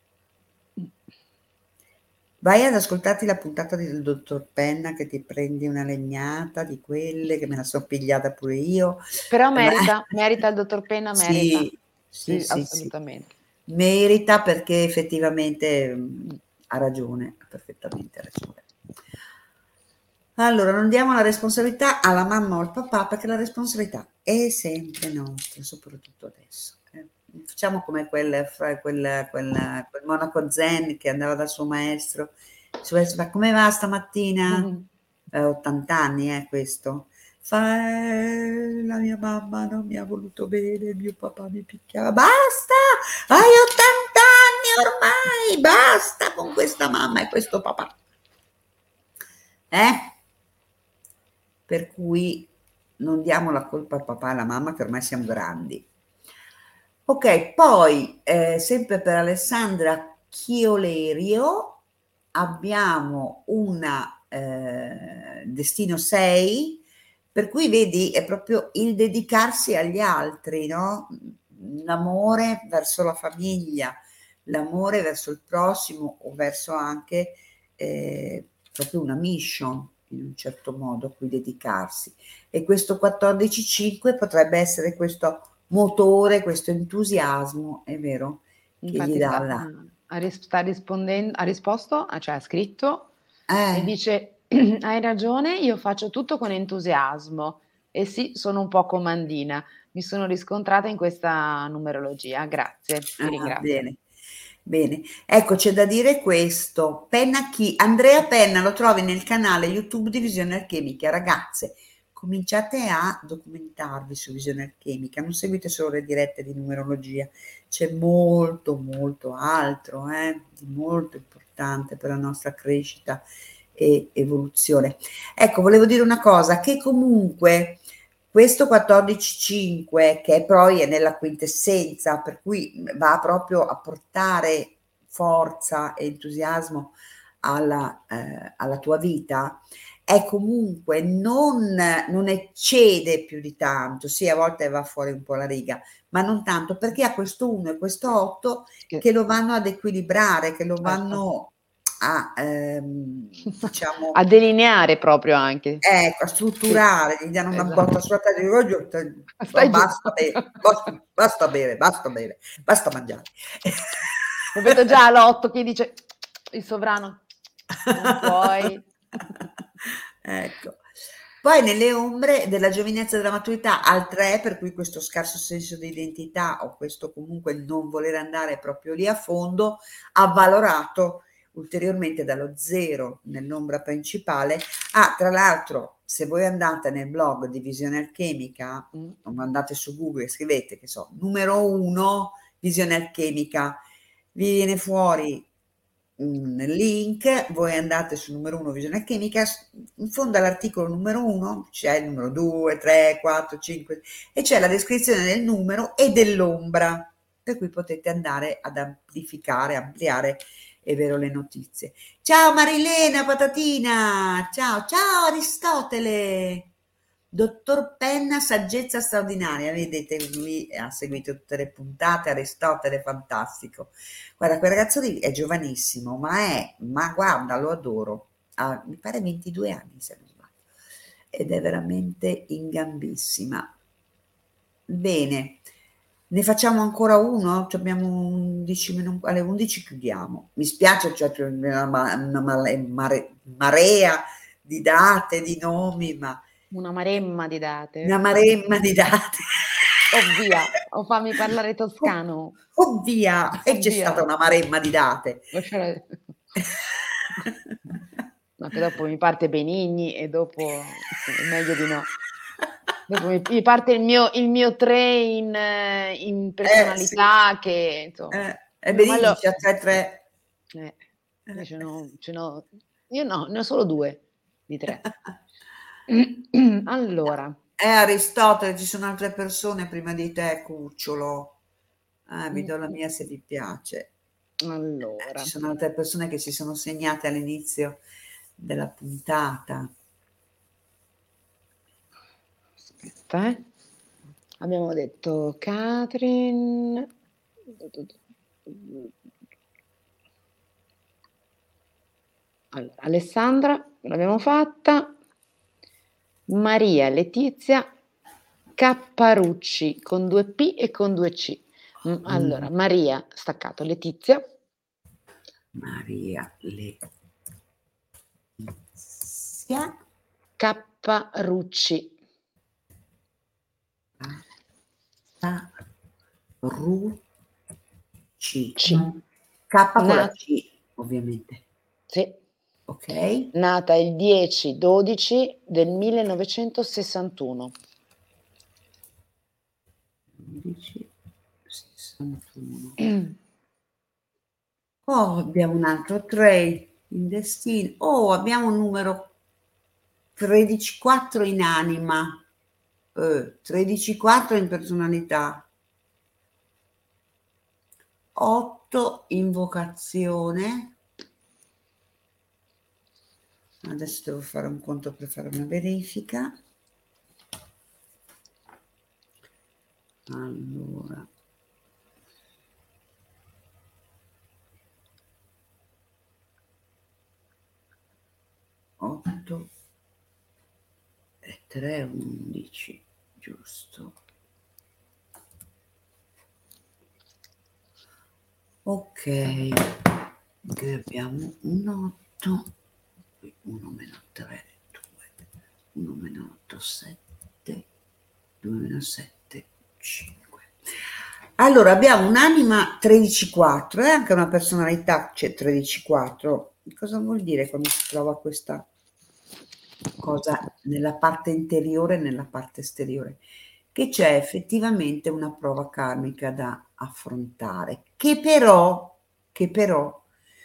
Vai ad ascoltarti la puntata del dottor Penna che ti prendi una legnata di quelle che me la sono pigliata pure io. Però merita, ma... merita il dottor Penna, merita. Sì, Sì, Sì, sì, sì. assolutamente. Merita perché effettivamente mh, ha ragione, ha perfettamente ragione. Allora, non diamo la responsabilità alla mamma o al papà perché la responsabilità è sempre nostra, soprattutto adesso. eh. Facciamo come quel, fra- quel, quel- quel monaco zen che andava dal suo maestro. Il suo maestro fa, come va stamattina? Mhm. Eh, ottanta anni, eh, questo. Fa, "Eh, la mia mamma non mi ha voluto bene, il mio papà mi picchiava. Basta! Hai ottanta anni ormai! Basta con questa mamma e questo papà. Eh? Per cui non diamo la colpa al papà e alla mamma che ormai siamo grandi. Ok, poi eh, sempre per Alessandra Chiolerio abbiamo una eh, destino sei, per cui vedi è proprio il dedicarsi agli altri, no? L'amore verso la famiglia, l'amore verso il prossimo o verso anche eh, proprio una mission in un certo modo a cui dedicarsi. E questo quattordici cinque potrebbe essere questo motore, questo entusiasmo, è vero, che gli Infatti dà sta, la... ha, ris- sta rispondendo, ha risposto, ah, cioè ha scritto e Eh, dice: hai ragione, io faccio tutto con entusiasmo e sì, sono un po' comandina. Mi sono riscontrata in questa numerologia. Grazie, ti ah, ringrazio. bene, bene. Ecco, c'è da dire questo. Penna chi? Andrea Penna lo trovi nel canale YouTube di Visione Alchemica. Ragazze, cominciate a documentarvi su Visione Alchemica, non seguite solo le dirette di numerologia, c'è molto, molto altro, eh, di molto importante per la nostra crescita e evoluzione. Ecco, volevo dire una cosa, che comunque questo quattordici cinque, che poi è nella quintessenza, per cui va proprio a portare forza e entusiasmo alla, eh, alla tua vita, è comunque non, non eccede più di tanto, sì, a volte va fuori un po' la riga, ma non tanto, perché ha questo uno e questo otto Che- che lo vanno ad equilibrare, che lo Certo. vanno a, ehm, diciamo, A delineare proprio anche. ecco, a strutturare, gli danno una Esatto. botta sulla testa di voglio, Stai giù. basta bere, basta, basta bere, basta bere, basta mangiare. Lo vedo già all'otto che dice il sovrano, non puoi. Ecco. Poi nelle ombre della giovinezza e della maturità al tre, per cui questo scarso senso di identità o questo comunque non voler andare proprio lì a fondo, avvalorato ulteriormente dallo zero nell'ombra principale. Ah, tra l'altro, se voi andate nel blog di Visione Alchemica, Mm. o andate su Google e scrivete, che so, numero uno, Visione Alchemica, vi viene fuori un link, voi andate sul numero uno Visione Alchemica, in fondo all'articolo numero uno c'è il numero due, tre, quattro, cinque e c'è la descrizione del numero e dell'ombra, per cui potete andare ad amplificare, ampliare, è vero, le notizie. Ciao Marilena Patatina, ciao, ciao Aristotele, dottor Penna, saggezza straordinaria, vedete, lui ha seguito tutte le puntate, Aristotele, fantastico. Guarda, quel ragazzo lì è giovanissimo, ma è, ma guarda, lo adoro, ha, mi pare ventidue anni se non sbaglio, ed è veramente in gambissima. Bene, ne facciamo ancora uno? Ci abbiamo undici minuti, alle undici chiudiamo. Mi spiace, c'è cioè, una, una mare, mare, marea di date, di nomi, ma Una maremma di date. una maremma di date. Oh via, o fammi parlare toscano. Oh via, e c'è Oh via. stata una maremma di date. Lasciare- No, che dopo mi parte Benigni e dopo è meglio di no. Dopo mi, mi parte il mio, il mio tre in, eh, in personalità Eh, sì. che insomma. Eh, e Meno male Benigni ho- c'ha tre tre. eh, io ce n'ho, ce n'ho- io no, ne ho solo due di tre. Allora, Eh, Aristotele, ci sono altre persone prima di te, cucciolo. Eh, vi mm, do la mia se vi piace. Eh, allora, ci sono altre persone che si sono segnate all'inizio della puntata. aspetta, eh. Abbiamo detto Catherine. Allora, Alessandra, l'abbiamo fatta. Maria Letizia Capparucci con due P e con due C. Mm, allora, Maria, staccato, Letizia, Maria Letizia, K. Rucci, K. Rucci, C. K con la Nat- C, ovviamente. sì, Ok, nata il dieci dodici del millenovecentosessantuno. undici sessantuno. Oh, abbiamo un altro tre in destino. Oh, abbiamo un numero tredici quattro in anima, eh, tredici quattro in personalità, otto in vocazione. Adesso devo fare un conto per fare una verifica. Allora, otto e tre, undici, giusto. Ok, qui abbiamo un otto, uno meno tre, due, uno meno otto, sette, due meno sette, cinque. Allora abbiamo un'anima tredici quattro e anche una personalità c'è tredici quattro. Cosa vuol dire quando si trova questa cosa nella parte interiore e nella parte esteriore? Che c'è effettivamente una prova karmica da affrontare, che però, che però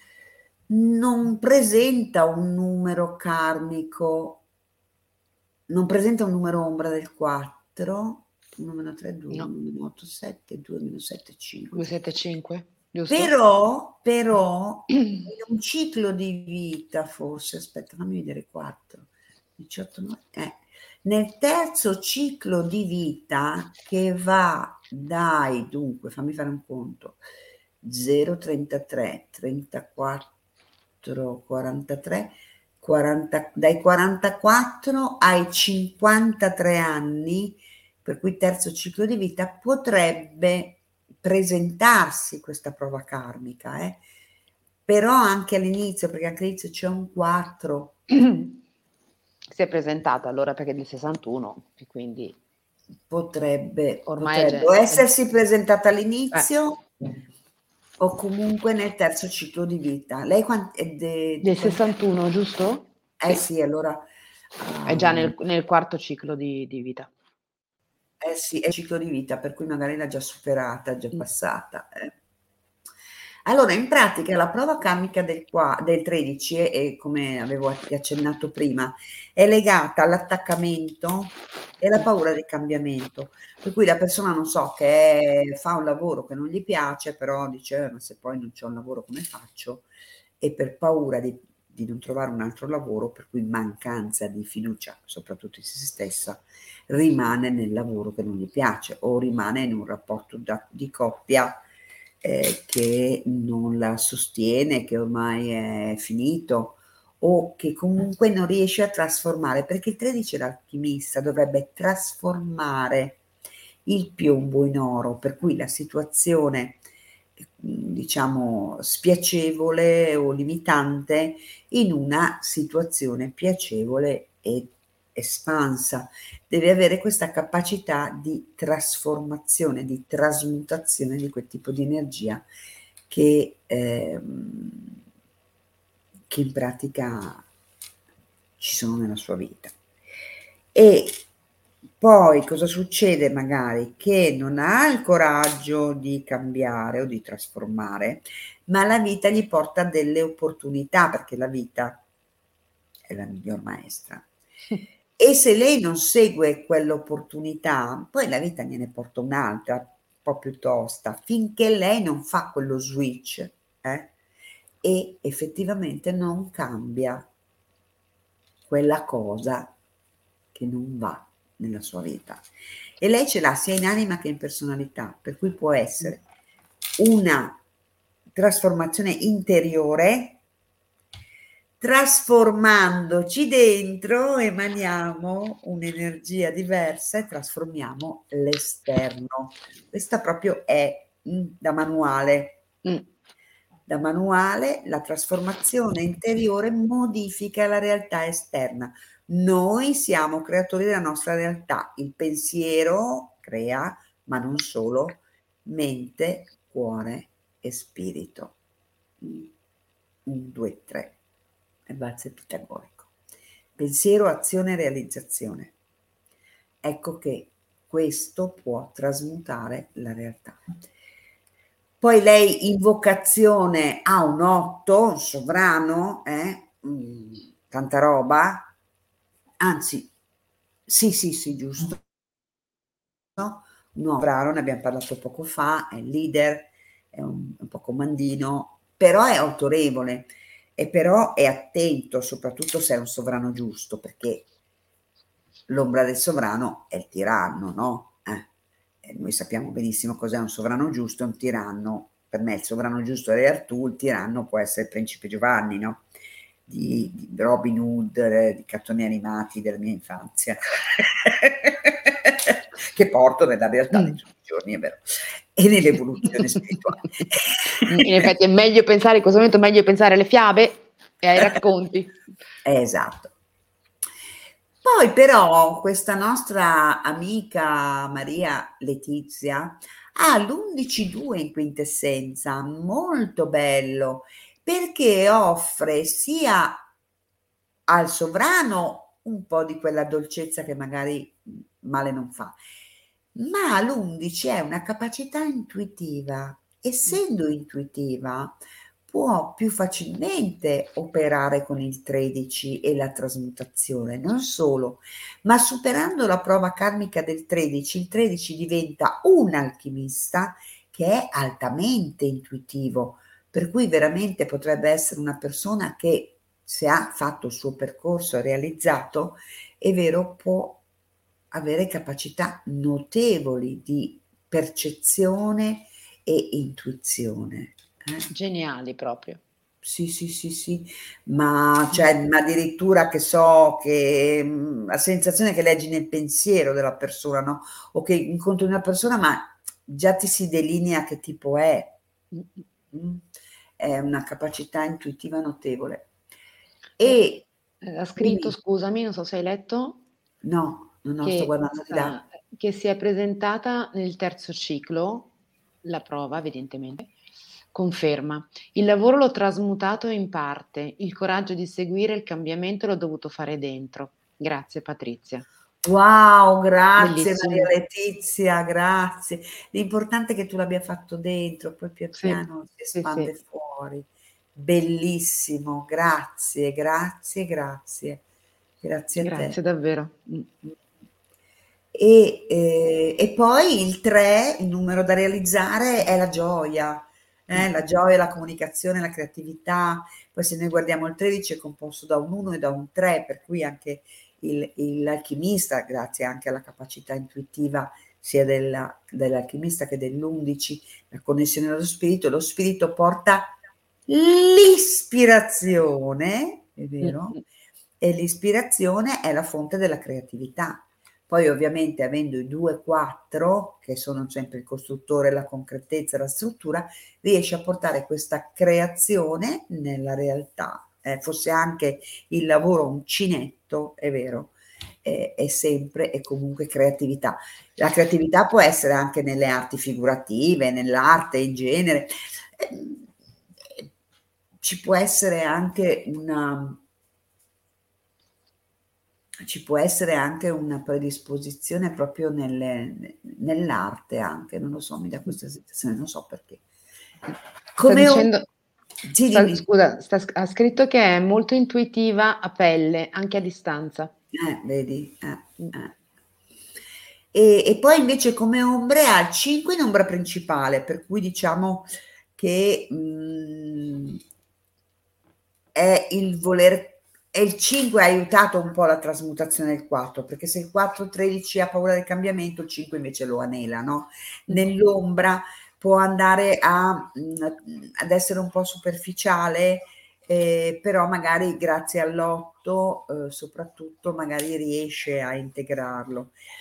non presenta un numero karmico, non presenta un numero ombra del quattro, uno meno tre, due, No. uno meno otto, sette, due meno sette, cinque. due sette cinque, giusto? Però, però, in un ciclo di vita, forse, aspetta, fammi vedere quattro, diciotto, nove, eh, nel terzo ciclo di vita che va dai, dunque, fammi fare un conto, zero, trentatré, trentaquattro, quarantatré, quaranta, dai quarantaquattro ai cinquantatré anni, per cui terzo ciclo di vita, potrebbe presentarsi questa prova karmica, eh? Però anche all'inizio, perché anche all'inizio c'è un quattro. Si è presentata allora perché è del sessantuno, e quindi Potrebbe, ormai potrebbe è già- essersi presentata all'inizio eh. o comunque nel terzo ciclo di vita. Lei quant- è de, del quant- sessantuno, giusto? Eh sì, allora... È già um, nel, nel quarto ciclo di, di vita. Eh sì, è il ciclo di vita, per cui magari l'ha già superata, già Mm. passata. Eh. Allora, in pratica la prova karmica del, qua, del tredici, e come avevo accennato prima, è legata all'attaccamento e alla paura del cambiamento. Per cui la persona, non so, che fa un lavoro che non gli piace, però dice, "Eh, ma se poi non c'è un lavoro come faccio?" E per paura di, di non trovare un altro lavoro, per cui mancanza di fiducia, soprattutto in se stessa, rimane nel lavoro che non gli piace o rimane in un rapporto da, di coppia eh, che non la sostiene, che ormai è finito o che comunque non riesce a trasformare, perché il tredici è l'alchimista, dovrebbe trasformare il piombo in oro, per cui la situazione diciamo spiacevole o limitante in una situazione piacevole e espansa. Deve avere questa capacità di trasformazione, di trasmutazione di quel tipo di energia che, ehm, che in pratica ci sono nella sua vita. E poi cosa succede magari? Che non ha il coraggio di cambiare o di trasformare, ma la vita gli porta delle opportunità, perché la vita è la miglior maestra. E se lei non segue quell'opportunità, poi la vita gliene porta un'altra, un po' più tosta, finché lei non fa quello switch eh, e effettivamente non cambia quella cosa che non va nella sua vita. E lei ce l'ha sia in anima che in personalità, per cui può essere una trasformazione interiore. Trasformandoci dentro emaniamo un'energia diversa e trasformiamo l'esterno. Questa proprio è mm, da manuale. Mm. Da manuale, la trasformazione interiore modifica la realtà esterna. Noi siamo creatori della nostra realtà. Il pensiero crea, ma non solo, mente, cuore e spirito. Un, due, tre. E balza il pitagorico. Pensiero, azione, realizzazione. Ecco che questo può trasmutare la realtà. Poi lei in vocazione ha un otto, un sovrano, eh? mm, tanta roba, anzi, sì, sì, sì, giusto. No? No, sovrano, ne abbiamo parlato poco fa, è il leader, è un, un po' comandino, però è autorevole e però è attento, soprattutto se è un sovrano giusto, perché l'ombra del sovrano è il tiranno, no? Eh, e noi sappiamo benissimo cos'è un sovrano giusto e un tiranno. Per me il sovrano giusto è Re Artù, il tiranno può essere il principe Giovanni, no? Di, di Robin Hood, eh, di cartoni animati della mia infanzia, che porto nella realtà di tutti i giorni, è vero, e nell'evoluzione spirituale. In effetti è meglio pensare, in questo momento è meglio pensare alle fiabe e ai racconti. Esatto. Poi però questa nostra amica Maria Letizia ha l'undici due in quintessenza, molto bello, perché offre sia al sovrano un po' di quella dolcezza che magari male non fa, ma l'undici è una capacità intuitiva. Essendo intuitiva, può più facilmente operare con il tredici e la trasmutazione, non solo, ma superando la prova karmica del tredici, il tredici diventa un alchimista che è altamente intuitivo, per cui veramente potrebbe essere una persona che, se ha fatto il suo percorso e realizzato, è vero, può avere capacità notevoli di percezione e intuizione. Eh? Geniali proprio. Sì, sì, sì, sì, ma, cioè, ma addirittura che so che mh, la sensazione che leggi nel pensiero della persona, no? O che incontri una persona, ma già ti si delinea che tipo è. Mm? È una capacità intuitiva notevole. E ha scritto, dimmi. scusami, non so se hai letto, No, no, no, sto che, guardando di là. che si è presentata nel terzo ciclo, la prova evidentemente, conferma. Il lavoro l'ho trasmutato in parte, il coraggio di seguire il cambiamento l'ho dovuto fare dentro. Grazie Patrizia. Wow, grazie Bellissimo. Maria Letizia, grazie. L'importante è che tu l'abbia fatto dentro, poi pian Sì, piano si sì, espande sì. fuori. Bellissimo, grazie, grazie, grazie. Grazie a te. Grazie davvero. E, eh, e poi il tre, il numero da realizzare, è la gioia, eh? La gioia, la comunicazione, la creatività. Poi se noi guardiamo il tredici è composto da un uno e da un tre, per cui anche il, il, l'alchimista, grazie anche alla capacità intuitiva sia della, dell'alchimista che dell'undici, la connessione allo spirito, lo spirito porta l'ispirazione, è vero? E l'ispirazione è la fonte della creatività. Poi ovviamente avendo i due quattro, che sono sempre il costruttore, la concretezza, la struttura, riesce a portare questa creazione nella realtà. Eh, fosse anche il lavoro uncinetto, è vero, eh, è sempre e comunque creatività. La creatività può essere anche nelle arti figurative, nell'arte in genere. Eh, ci può essere anche una... ci può essere anche una predisposizione proprio nelle, nell'arte anche, non lo so, mi dà questa sensazione, non so perché. Come sta dicendo, un... sì, sta, dimmi. scusa, sta, ha scritto che è molto intuitiva a pelle, anche a distanza. Eh, vedi? Eh, eh. E, e poi invece come ombre ha il cinque in ombra principale, per cui diciamo che mh, è il voler. E il cinque ha aiutato un po' la trasmutazione del quattro, perché se il quattro tredici ha paura del cambiamento, il cinque invece lo anela, no? Nell'ombra può andare a, ad essere un po' superficiale, eh, però magari grazie all'otto, eh, soprattutto, magari riesce a integrarlo.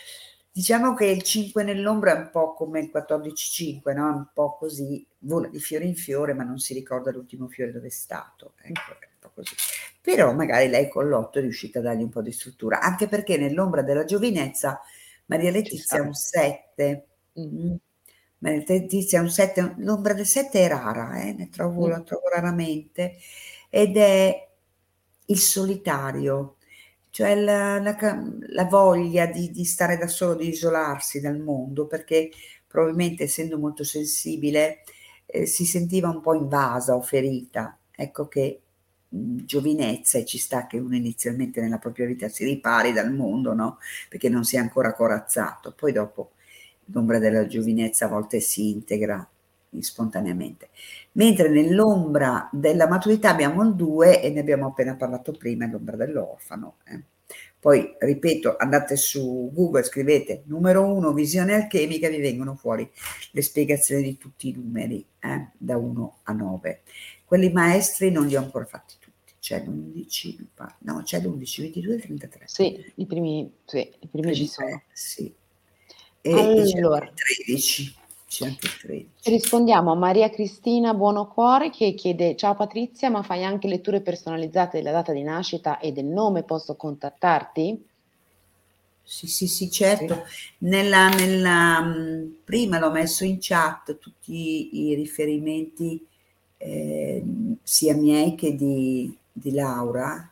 Diciamo che il cinque nell'ombra è un po' come il quattordici cinque, no? Un po' così, vola di fiore in fiore, ma non si ricorda l'ultimo fiore dove è stato. Ecco, è un po' così. Però magari lei con l'otto è riuscita a dargli un po' di struttura, anche perché nell'ombra della giovinezza Maria Letizia è un sette. Mm. Maria Letizia è un sette, l'ombra del sette è rara, eh? Ne trovo, mm. la trovo raramente, ed è il solitario. Cioè la, la, la voglia di, di stare da solo, di isolarsi dal mondo, perché probabilmente essendo molto sensibile eh, si sentiva un po' invasa o ferita. Ecco che mh, giovinezza, e ci sta che uno inizialmente nella propria vita si ripari dal mondo, no? Perché non si è ancora corazzato, poi dopo l'ombra della giovinezza a volte si integra spontaneamente, mentre nell'ombra della maturità abbiamo il due e ne abbiamo appena parlato prima, l'ombra dell'orfano. Eh. Poi ripeto, andate su Google, scrivete numero uno visione alchemica, vi vengono fuori le spiegazioni di tutti i numeri, eh, da uno a nove. Quelli maestri non li ho ancora fatti tutti, c'è l'undici, no, c'è l'undici, ventidue e trentatré. Sì, i primi, sì, i primi ci sono. Sì. E, allora, e c'è tredici. centotredici. Rispondiamo a Maria Cristina Buonocuore che chiede: ciao Patrizia, ma fai anche letture personalizzate della data di nascita e del nome, posso contattarti? Sì, sì, sì, certo. Sì. Nella, nella, mh, prima l'ho messo in chat tutti i riferimenti eh, sia miei che di, di Laura.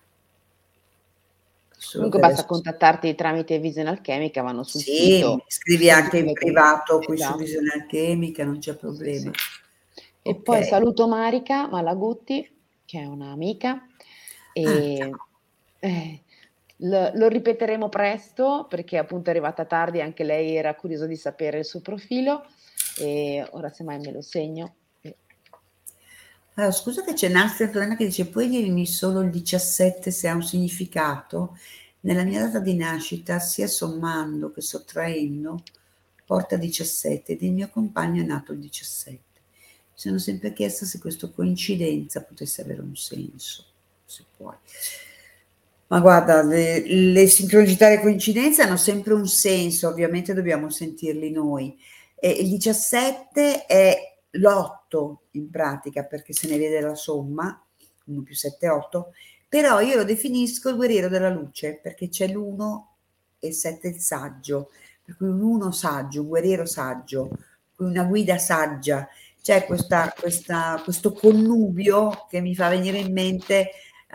Comunque basta adesso... contattarti tramite Visione Alchemica, vanno sul sì, sito. Scrivi anche in privato qui esatto. su Visione Alchemica, non c'è problema. Sì, sì. E okay. Poi saluto Marica Malagutti, che è un'amica, e ah, eh, lo, lo ripeteremo presto perché appunto è arrivata tardi, anche lei era curiosa di sapere il suo profilo e ora semmai me lo segno. Allora, scusa che c'è Nancy Antonella che dice: puoi dirmi solo il diciassette se ha un significato? Nella mia data di nascita, sia sommando che sottraendo, porta diciassette ed il mio compagno è nato il diciassette. Mi sono sempre chiesta se questa coincidenza potesse avere un senso, se puoi. Ma guarda, le, le sincronicità e le coincidenze hanno sempre un senso, ovviamente dobbiamo sentirli noi. E il diciassette è l'otto in pratica, perché se ne vede la somma, uno più sette, otto, però io lo definisco il guerriero della luce, perché c'è l'uno e sette il saggio, per cui un uno saggio, un guerriero saggio, una guida saggia, c'è questa, questa, questo connubio che mi fa venire in mente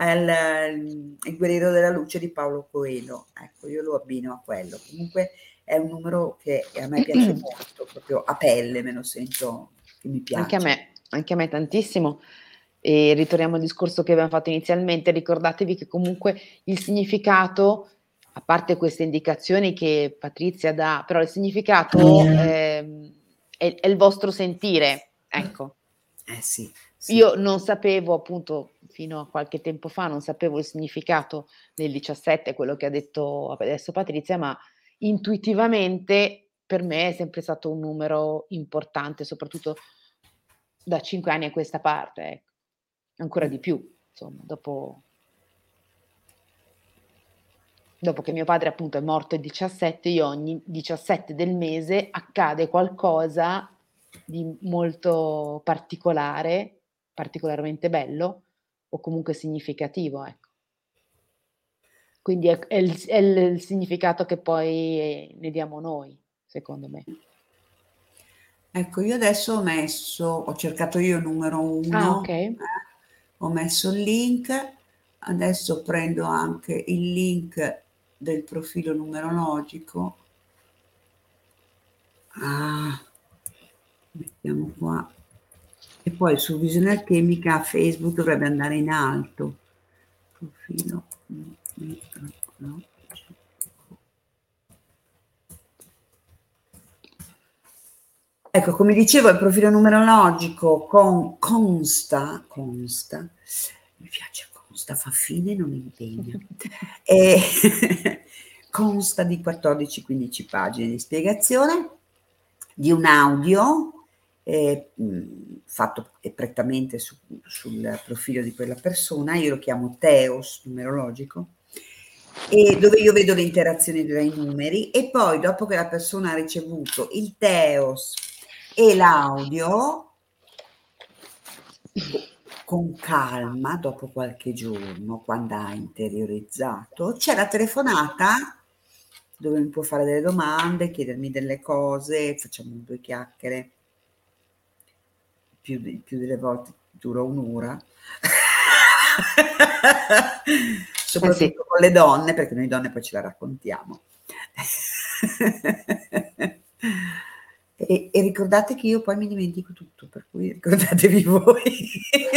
il, il guerriero della luce di Paolo Coelho. Ecco, io lo abbino a quello. Comunque è un numero che a me piace molto, proprio a pelle me lo sento che mi piace. Anche a me, anche a me tantissimo. E ritorniamo al discorso che abbiamo fatto inizialmente, ricordatevi che comunque il significato, a parte queste indicazioni che Patrizia dà, però il significato eh, è, è il vostro sentire, ecco. Eh sì, sì. Io non sapevo, appunto, fino a qualche tempo fa, non sapevo il significato del diciassette, quello che ha detto adesso Patrizia, ma intuitivamente per me è sempre stato un numero importante, soprattutto da cinque anni a questa parte, ecco. Ancora di più, insomma, dopo, dopo che mio padre appunto è morto il diciassette, io ogni diciassette del mese accade qualcosa di molto particolare, particolarmente bello o comunque significativo, ecco. Quindi è, è, il, è il significato che poi ne diamo noi, secondo me. Ecco, io adesso ho messo, ho cercato io il numero uno, ah, ok. eh, ho messo il link, adesso prendo anche il link del profilo numerologico. Ah, mettiamo qua. E poi su Visione Alchemica Facebook dovrebbe andare in alto. Profilo numerologico. Ecco, come dicevo, il profilo numerologico con, consta, consta, mi piace consta, fa fine, non impegna, e, consta di quattordici quindici pagine di spiegazione, di un audio eh, fatto prettamente su, sul profilo di quella persona, io lo chiamo Teos numerologico, e dove io vedo le interazioni tra i numeri, e poi dopo che la persona ha ricevuto il Teos e l'audio, con calma, dopo qualche giorno, quando ha interiorizzato, c'è la telefonata dove mi può fare delle domande, chiedermi delle cose, facciamo due chiacchiere, più, più delle volte dura un'ora. Soprattutto Eh sì. con le donne, perché noi donne poi ce la raccontiamo. e, e ricordate che io poi mi dimentico tutto, per cui ricordatevi voi.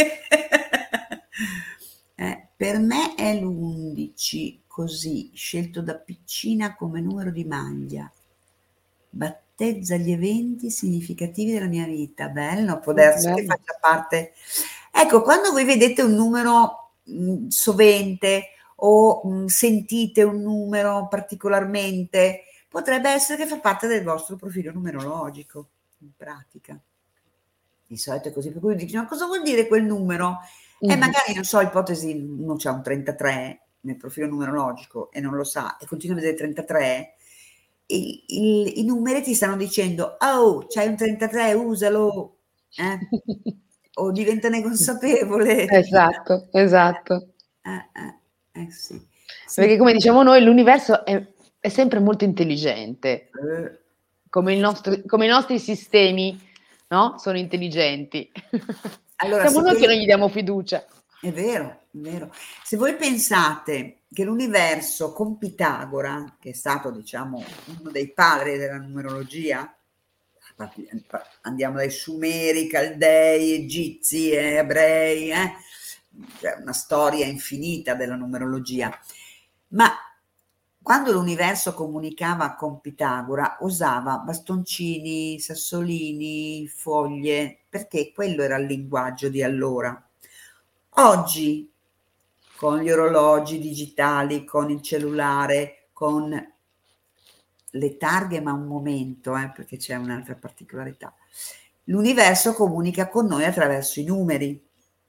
eh, per me è l'undici, così, scelto da piccina come numero di maglia. Battezza gli eventi significativi della mia vita. Bello, può darsi che faccia parte. Ecco, quando voi vedete un numero mh, sovente o mh, sentite un numero particolarmente, potrebbe essere che fa parte del vostro profilo numerologico, in pratica. Di solito è così, per cui dicono, ma cosa vuol dire quel numero? E Mhm. magari, non so, ipotesi, uno c'ha un trentatré nel profilo numerologico e non lo sa, e continua a vedere trentatré, i, i, i numeri ti stanno dicendo, oh, c'hai un trentatré, usalo, eh? O diventane consapevole. Esatto, esatto. Eh, eh, eh sì. Sì. Perché come diciamo noi, l'universo è, è sempre molto intelligente, Eh, come, il nostro, come i nostri sistemi, no? Sono intelligenti. Allora, Siamo se noi voi- che non gli diamo fiducia. È vero, è vero. Se voi pensate che l'universo con Pitagora, che è stato, diciamo, uno dei padri della numerologia, andiamo dai Sumeri, Caldei, Egizi, eh, Ebrei, eh? Cioè una storia infinita della numerologia, ma quando l'universo comunicava con Pitagora usava bastoncini, sassolini, foglie, perché quello era il linguaggio di allora. Oggi, con gli orologi digitali, con il cellulare, con le targhe, ma un momento, eh, perché c'è un'altra particolarità. L'universo comunica con noi attraverso i numeri.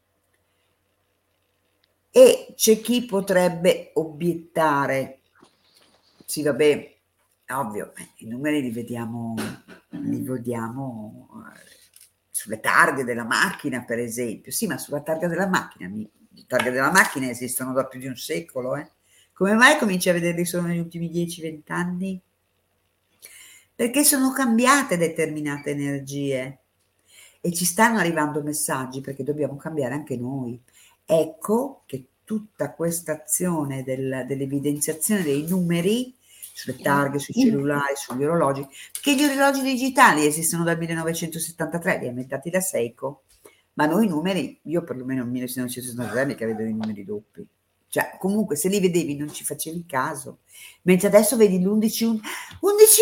E c'è chi potrebbe obiettare, sì vabbè, ovvio, i numeri li vediamo, li vediamo sulle targhe della macchina, per esempio. Sì, ma sulla targa della macchina, le targhe della macchina esistono da più di un secolo, eh. Come mai cominci a vederli solo negli ultimi dieci venti anni? Perché sono cambiate determinate energie e ci stanno arrivando messaggi, perché dobbiamo cambiare anche noi. Ecco che tutta questa azione del, dell'evidenziazione dei numeri sulle targhe, sui cellulari, sugli orologi, perché gli orologi digitali esistono dal millenovecentosettantatré, li ha inventati da Seiko, ma noi i numeri, io perlomeno nel millenovecentosettantatré mica vedo i numeri doppi. Cioè, comunque, se li vedevi non ci facevi caso. Mentre adesso vedi l'undici, undici, undici,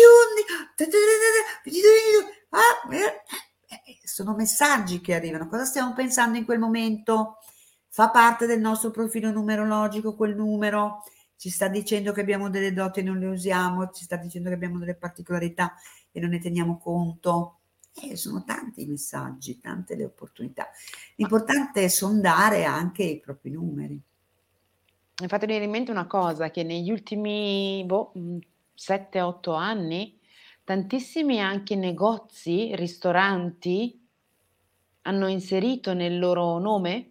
ventidue, ah, eh, sono messaggi che arrivano. Cosa stiamo pensando in quel momento? Fa parte del nostro profilo numerologico quel numero? Ci sta dicendo che abbiamo delle doti e non le usiamo? Ci sta dicendo che abbiamo delle particolarità e non ne teniamo conto? Eh, sono tanti i messaggi, tante le opportunità. L'importante è sondare anche i propri numeri. Mi fate venire in mente una cosa, che negli ultimi boh, sette otto anni tantissimi anche negozi, ristoranti hanno inserito nel loro nome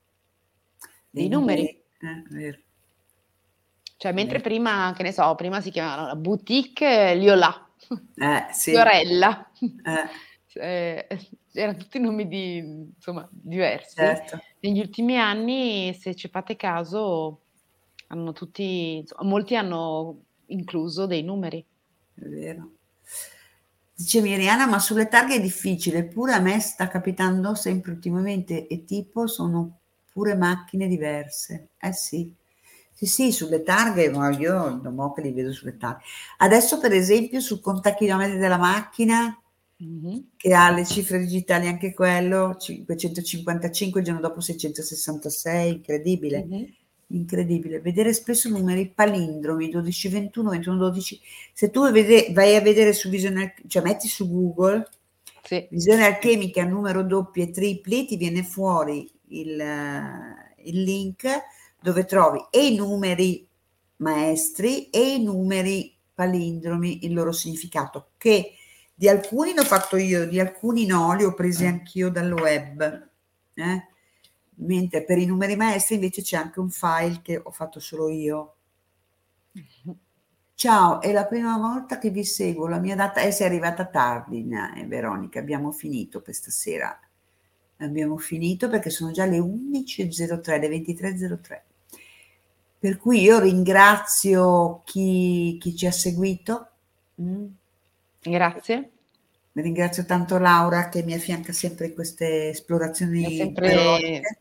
dei numeri. Eh, vero. Cioè, mentre Vero. prima, che ne so, prima si chiamavano boutique Liolà, Eh, sì. Fiorella, Eh, eh, erano tutti nomi di, insomma, diversi. certo. Negli ultimi anni, se ci fate caso, hanno tutti, insomma, molti hanno incluso dei numeri. È vero. Dice Miriana, ma sulle targhe è difficile, pure a me sta capitando sempre ultimamente, e tipo sono pure macchine diverse. Eh sì, sì, sì, sulle targhe, ma io non mo che li vedo sulle targhe. Adesso per esempio sul contachilometri della macchina, Mm-hmm. che ha le cifre digitali anche quello, cinquecentocinquantacinque, il giorno dopo seicentosessantasei, incredibile. Mm-hmm. Incredibile, vedere spesso numeri palindromi dodici ventuno, ventuno dodici. Se tu vede, vai a vedere su visione, cioè metti su Google Sì. visione alchemica numero doppi e tripli, ti viene fuori il, il link dove trovi e i numeri maestri e i numeri palindromi, il loro significato, che di alcuni l'ho fatto io, di alcuni no, li ho presi anch'io dal web, eh? Mentre per i numeri maestri invece c'è anche un file che ho fatto solo io. Ciao, è la prima volta che vi seguo, la mia data, eh, sei arrivata tardi, eh, Veronica, abbiamo finito questa sera, abbiamo finito perché sono già le undici e zero tre, le ventitré e zero tre. Per cui io ringrazio chi, chi ci ha seguito. Mm. Grazie. Ringrazio tanto Laura che mi affianca sempre in queste esplorazioni. È sempre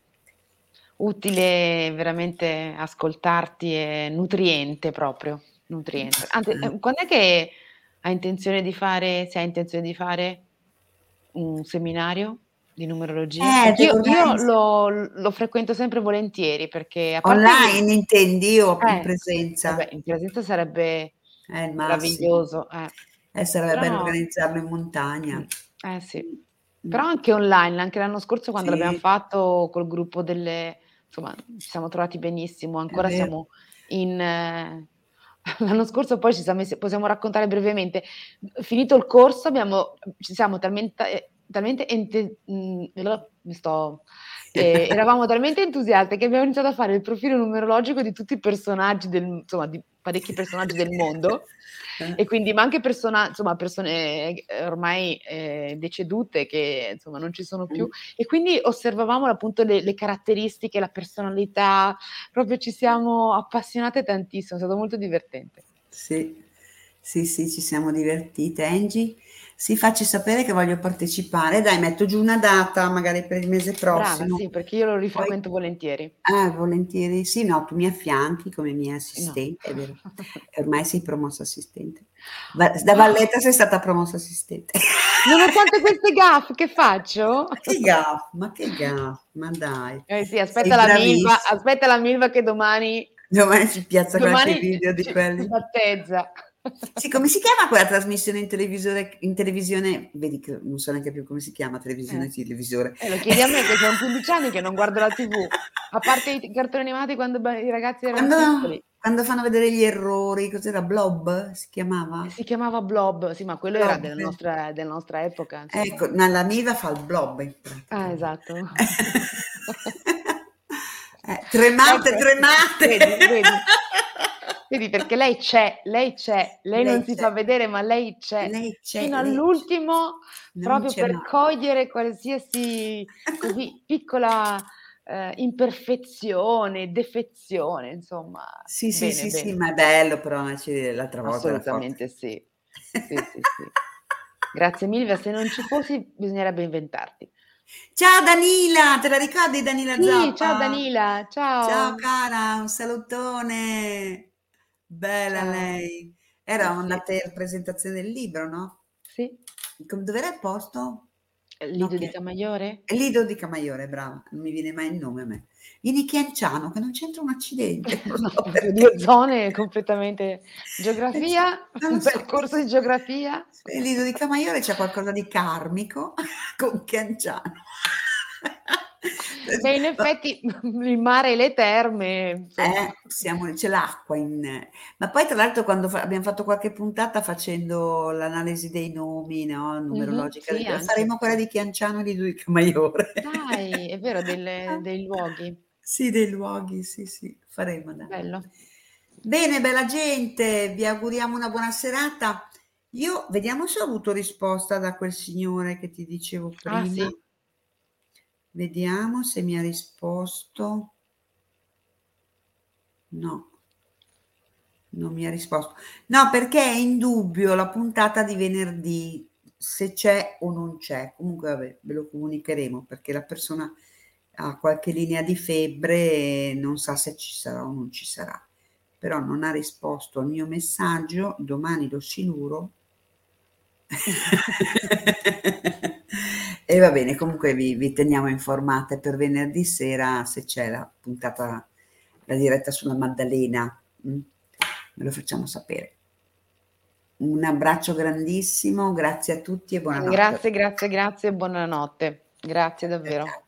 utile veramente ascoltarti, è nutriente proprio, nutriente. Anzi, eh, quando è che hai intenzione di fare, se hai intenzione di fare un seminario di numerologia? Eh, Perché io, devo io organizzare. lo, lo frequento sempre volentieri perché a parte Online intendi o in eh, presenza? vabbè, in presenza sarebbe È il massimo. meraviglioso. Eh. Eh, sarebbe Però- bello organizzarlo in montagna. Eh sì. Mm. Però anche online, anche l'anno scorso quando Sì. l'abbiamo fatto col gruppo delle, insomma, ci siamo trovati benissimo, ancora vero. siamo in... eh, l'anno scorso poi ci siamo messi, possiamo raccontare brevemente, finito il corso abbiamo, ci siamo talmente, eh, talmente ente- mh, mi sto... eh, eravamo talmente entusiasti che abbiamo iniziato a fare il profilo numerologico di tutti i personaggi del, insomma, di parecchi personaggi del mondo. E quindi, ma anche persona, insomma, persone eh, ormai eh, decedute che insomma non ci sono più, e quindi osservavamo appunto le, le caratteristiche, la personalità, proprio ci siamo appassionate tantissimo, è stato molto divertente. Sì, sì, sì, ci siamo divertite. Angie, sì, facci sapere che voglio partecipare. Dai, metto giù una data, magari per il mese prossimo. Brava, sì, perché io lo rifrequento Poi- volentieri. Ah, volentieri. Sì, no, tu mi affianchi come mia assistente, No. è vero. E ormai sei promossa assistente. Va- Da Valletta sei stata promossa assistente. Nonostante queste gaffe che faccio? Ma che gaff, ma che gaff, ma dai. Eh sì, aspetta Sei la Milva, bravissima. aspetta la Milva che domani, Domani ci piazza qualche domani video di ci quelli. battezza. Sì, come si chiama quella trasmissione in televisore, in televisione? Vedi che non so neanche più come si chiama, televisione, Eh. televisore. Eh, lo chiedi a me che sono quindici anni che non guardo la tivù, a parte i cartoni animati quando ba- i ragazzi erano Quando, piccoli. quando fanno vedere gli errori, cos'era? Blob si chiamava? Si chiamava Blob, sì, ma quello era Blob. della nostra, della nostra epoca. Insomma. Ecco, nella Miva fa il blob in pratica. Ah, esatto. Eh, tremate, Ecco, tremate. Vedi, vedi. Vedi, perché lei c'è, lei c'è, lei, Lei non si c'è. fa vedere, ma lei c'è. Lei c'è, Fino lei c'è. all'ultimo, Non proprio c'è per mai. cogliere qualsiasi così piccola eh, imperfezione, defezione, insomma. Sì, sì, Bene, sì, bene. sì, ma è bello però, eh, ci- l'altra volta era forte. Assolutamente sì. Sì, sì, sì. Grazie Milvia, se non ci fossi bisognerebbe inventarti. Ciao Danila, te la ricordi Danila Sì, Zappa? ciao Danila, ciao. Ciao cara, un salutone. Bella Ciao. lei. Eravamo Sì, sì. andate alla presentazione del libro, no? Sì. Come- Dove era il posto? Lido No, di che- Camaiore? Lido di Camaiore, brava, non mi viene mai il nome a me. Vieni Chianciano, che non c'entra un accidente. Non No, so proprio perché. due zone completamente. Geografia, Non un lo so. bel corso di geografia. Il Lido di Camaiore c'è qualcosa di karmico con Chianciano. Beh, in effetti il mare e le terme, insomma. Eh, siamo, c'è l'acqua in... Ma poi tra l'altro quando fa- abbiamo fatto qualche puntata facendo l'analisi dei nomi, no? Mhm, Numerologica, sì, anche. faremo quella di Chianciano e di Lido di Camaiore. Dai, è vero, delle- dei luoghi. Sì, dei luoghi, sì, sì, faremo. Dai. Bello. Bene, bella gente, vi auguriamo una buona serata. Io vediamo se ho avuto risposta da quel signore che ti dicevo prima. Ah, sì. Vediamo se mi ha risposto. No, non mi ha risposto. No, perché è in dubbio la puntata di venerdì, se c'è o non c'è. Comunque, vabbè, ve lo comunicheremo perché la persona ha qualche linea di febbre e non sa se ci sarà o non ci sarà. Però non ha risposto al mio messaggio, domani lo siluro. E va bene, comunque vi, vi teniamo informate per venerdì sera se c'è la puntata, la diretta sulla Maddalena, mm? ve lo facciamo sapere. Un abbraccio grandissimo, grazie a tutti e buonanotte. Grazie, grazie, grazie, buonanotte. Grazie davvero. Ciao.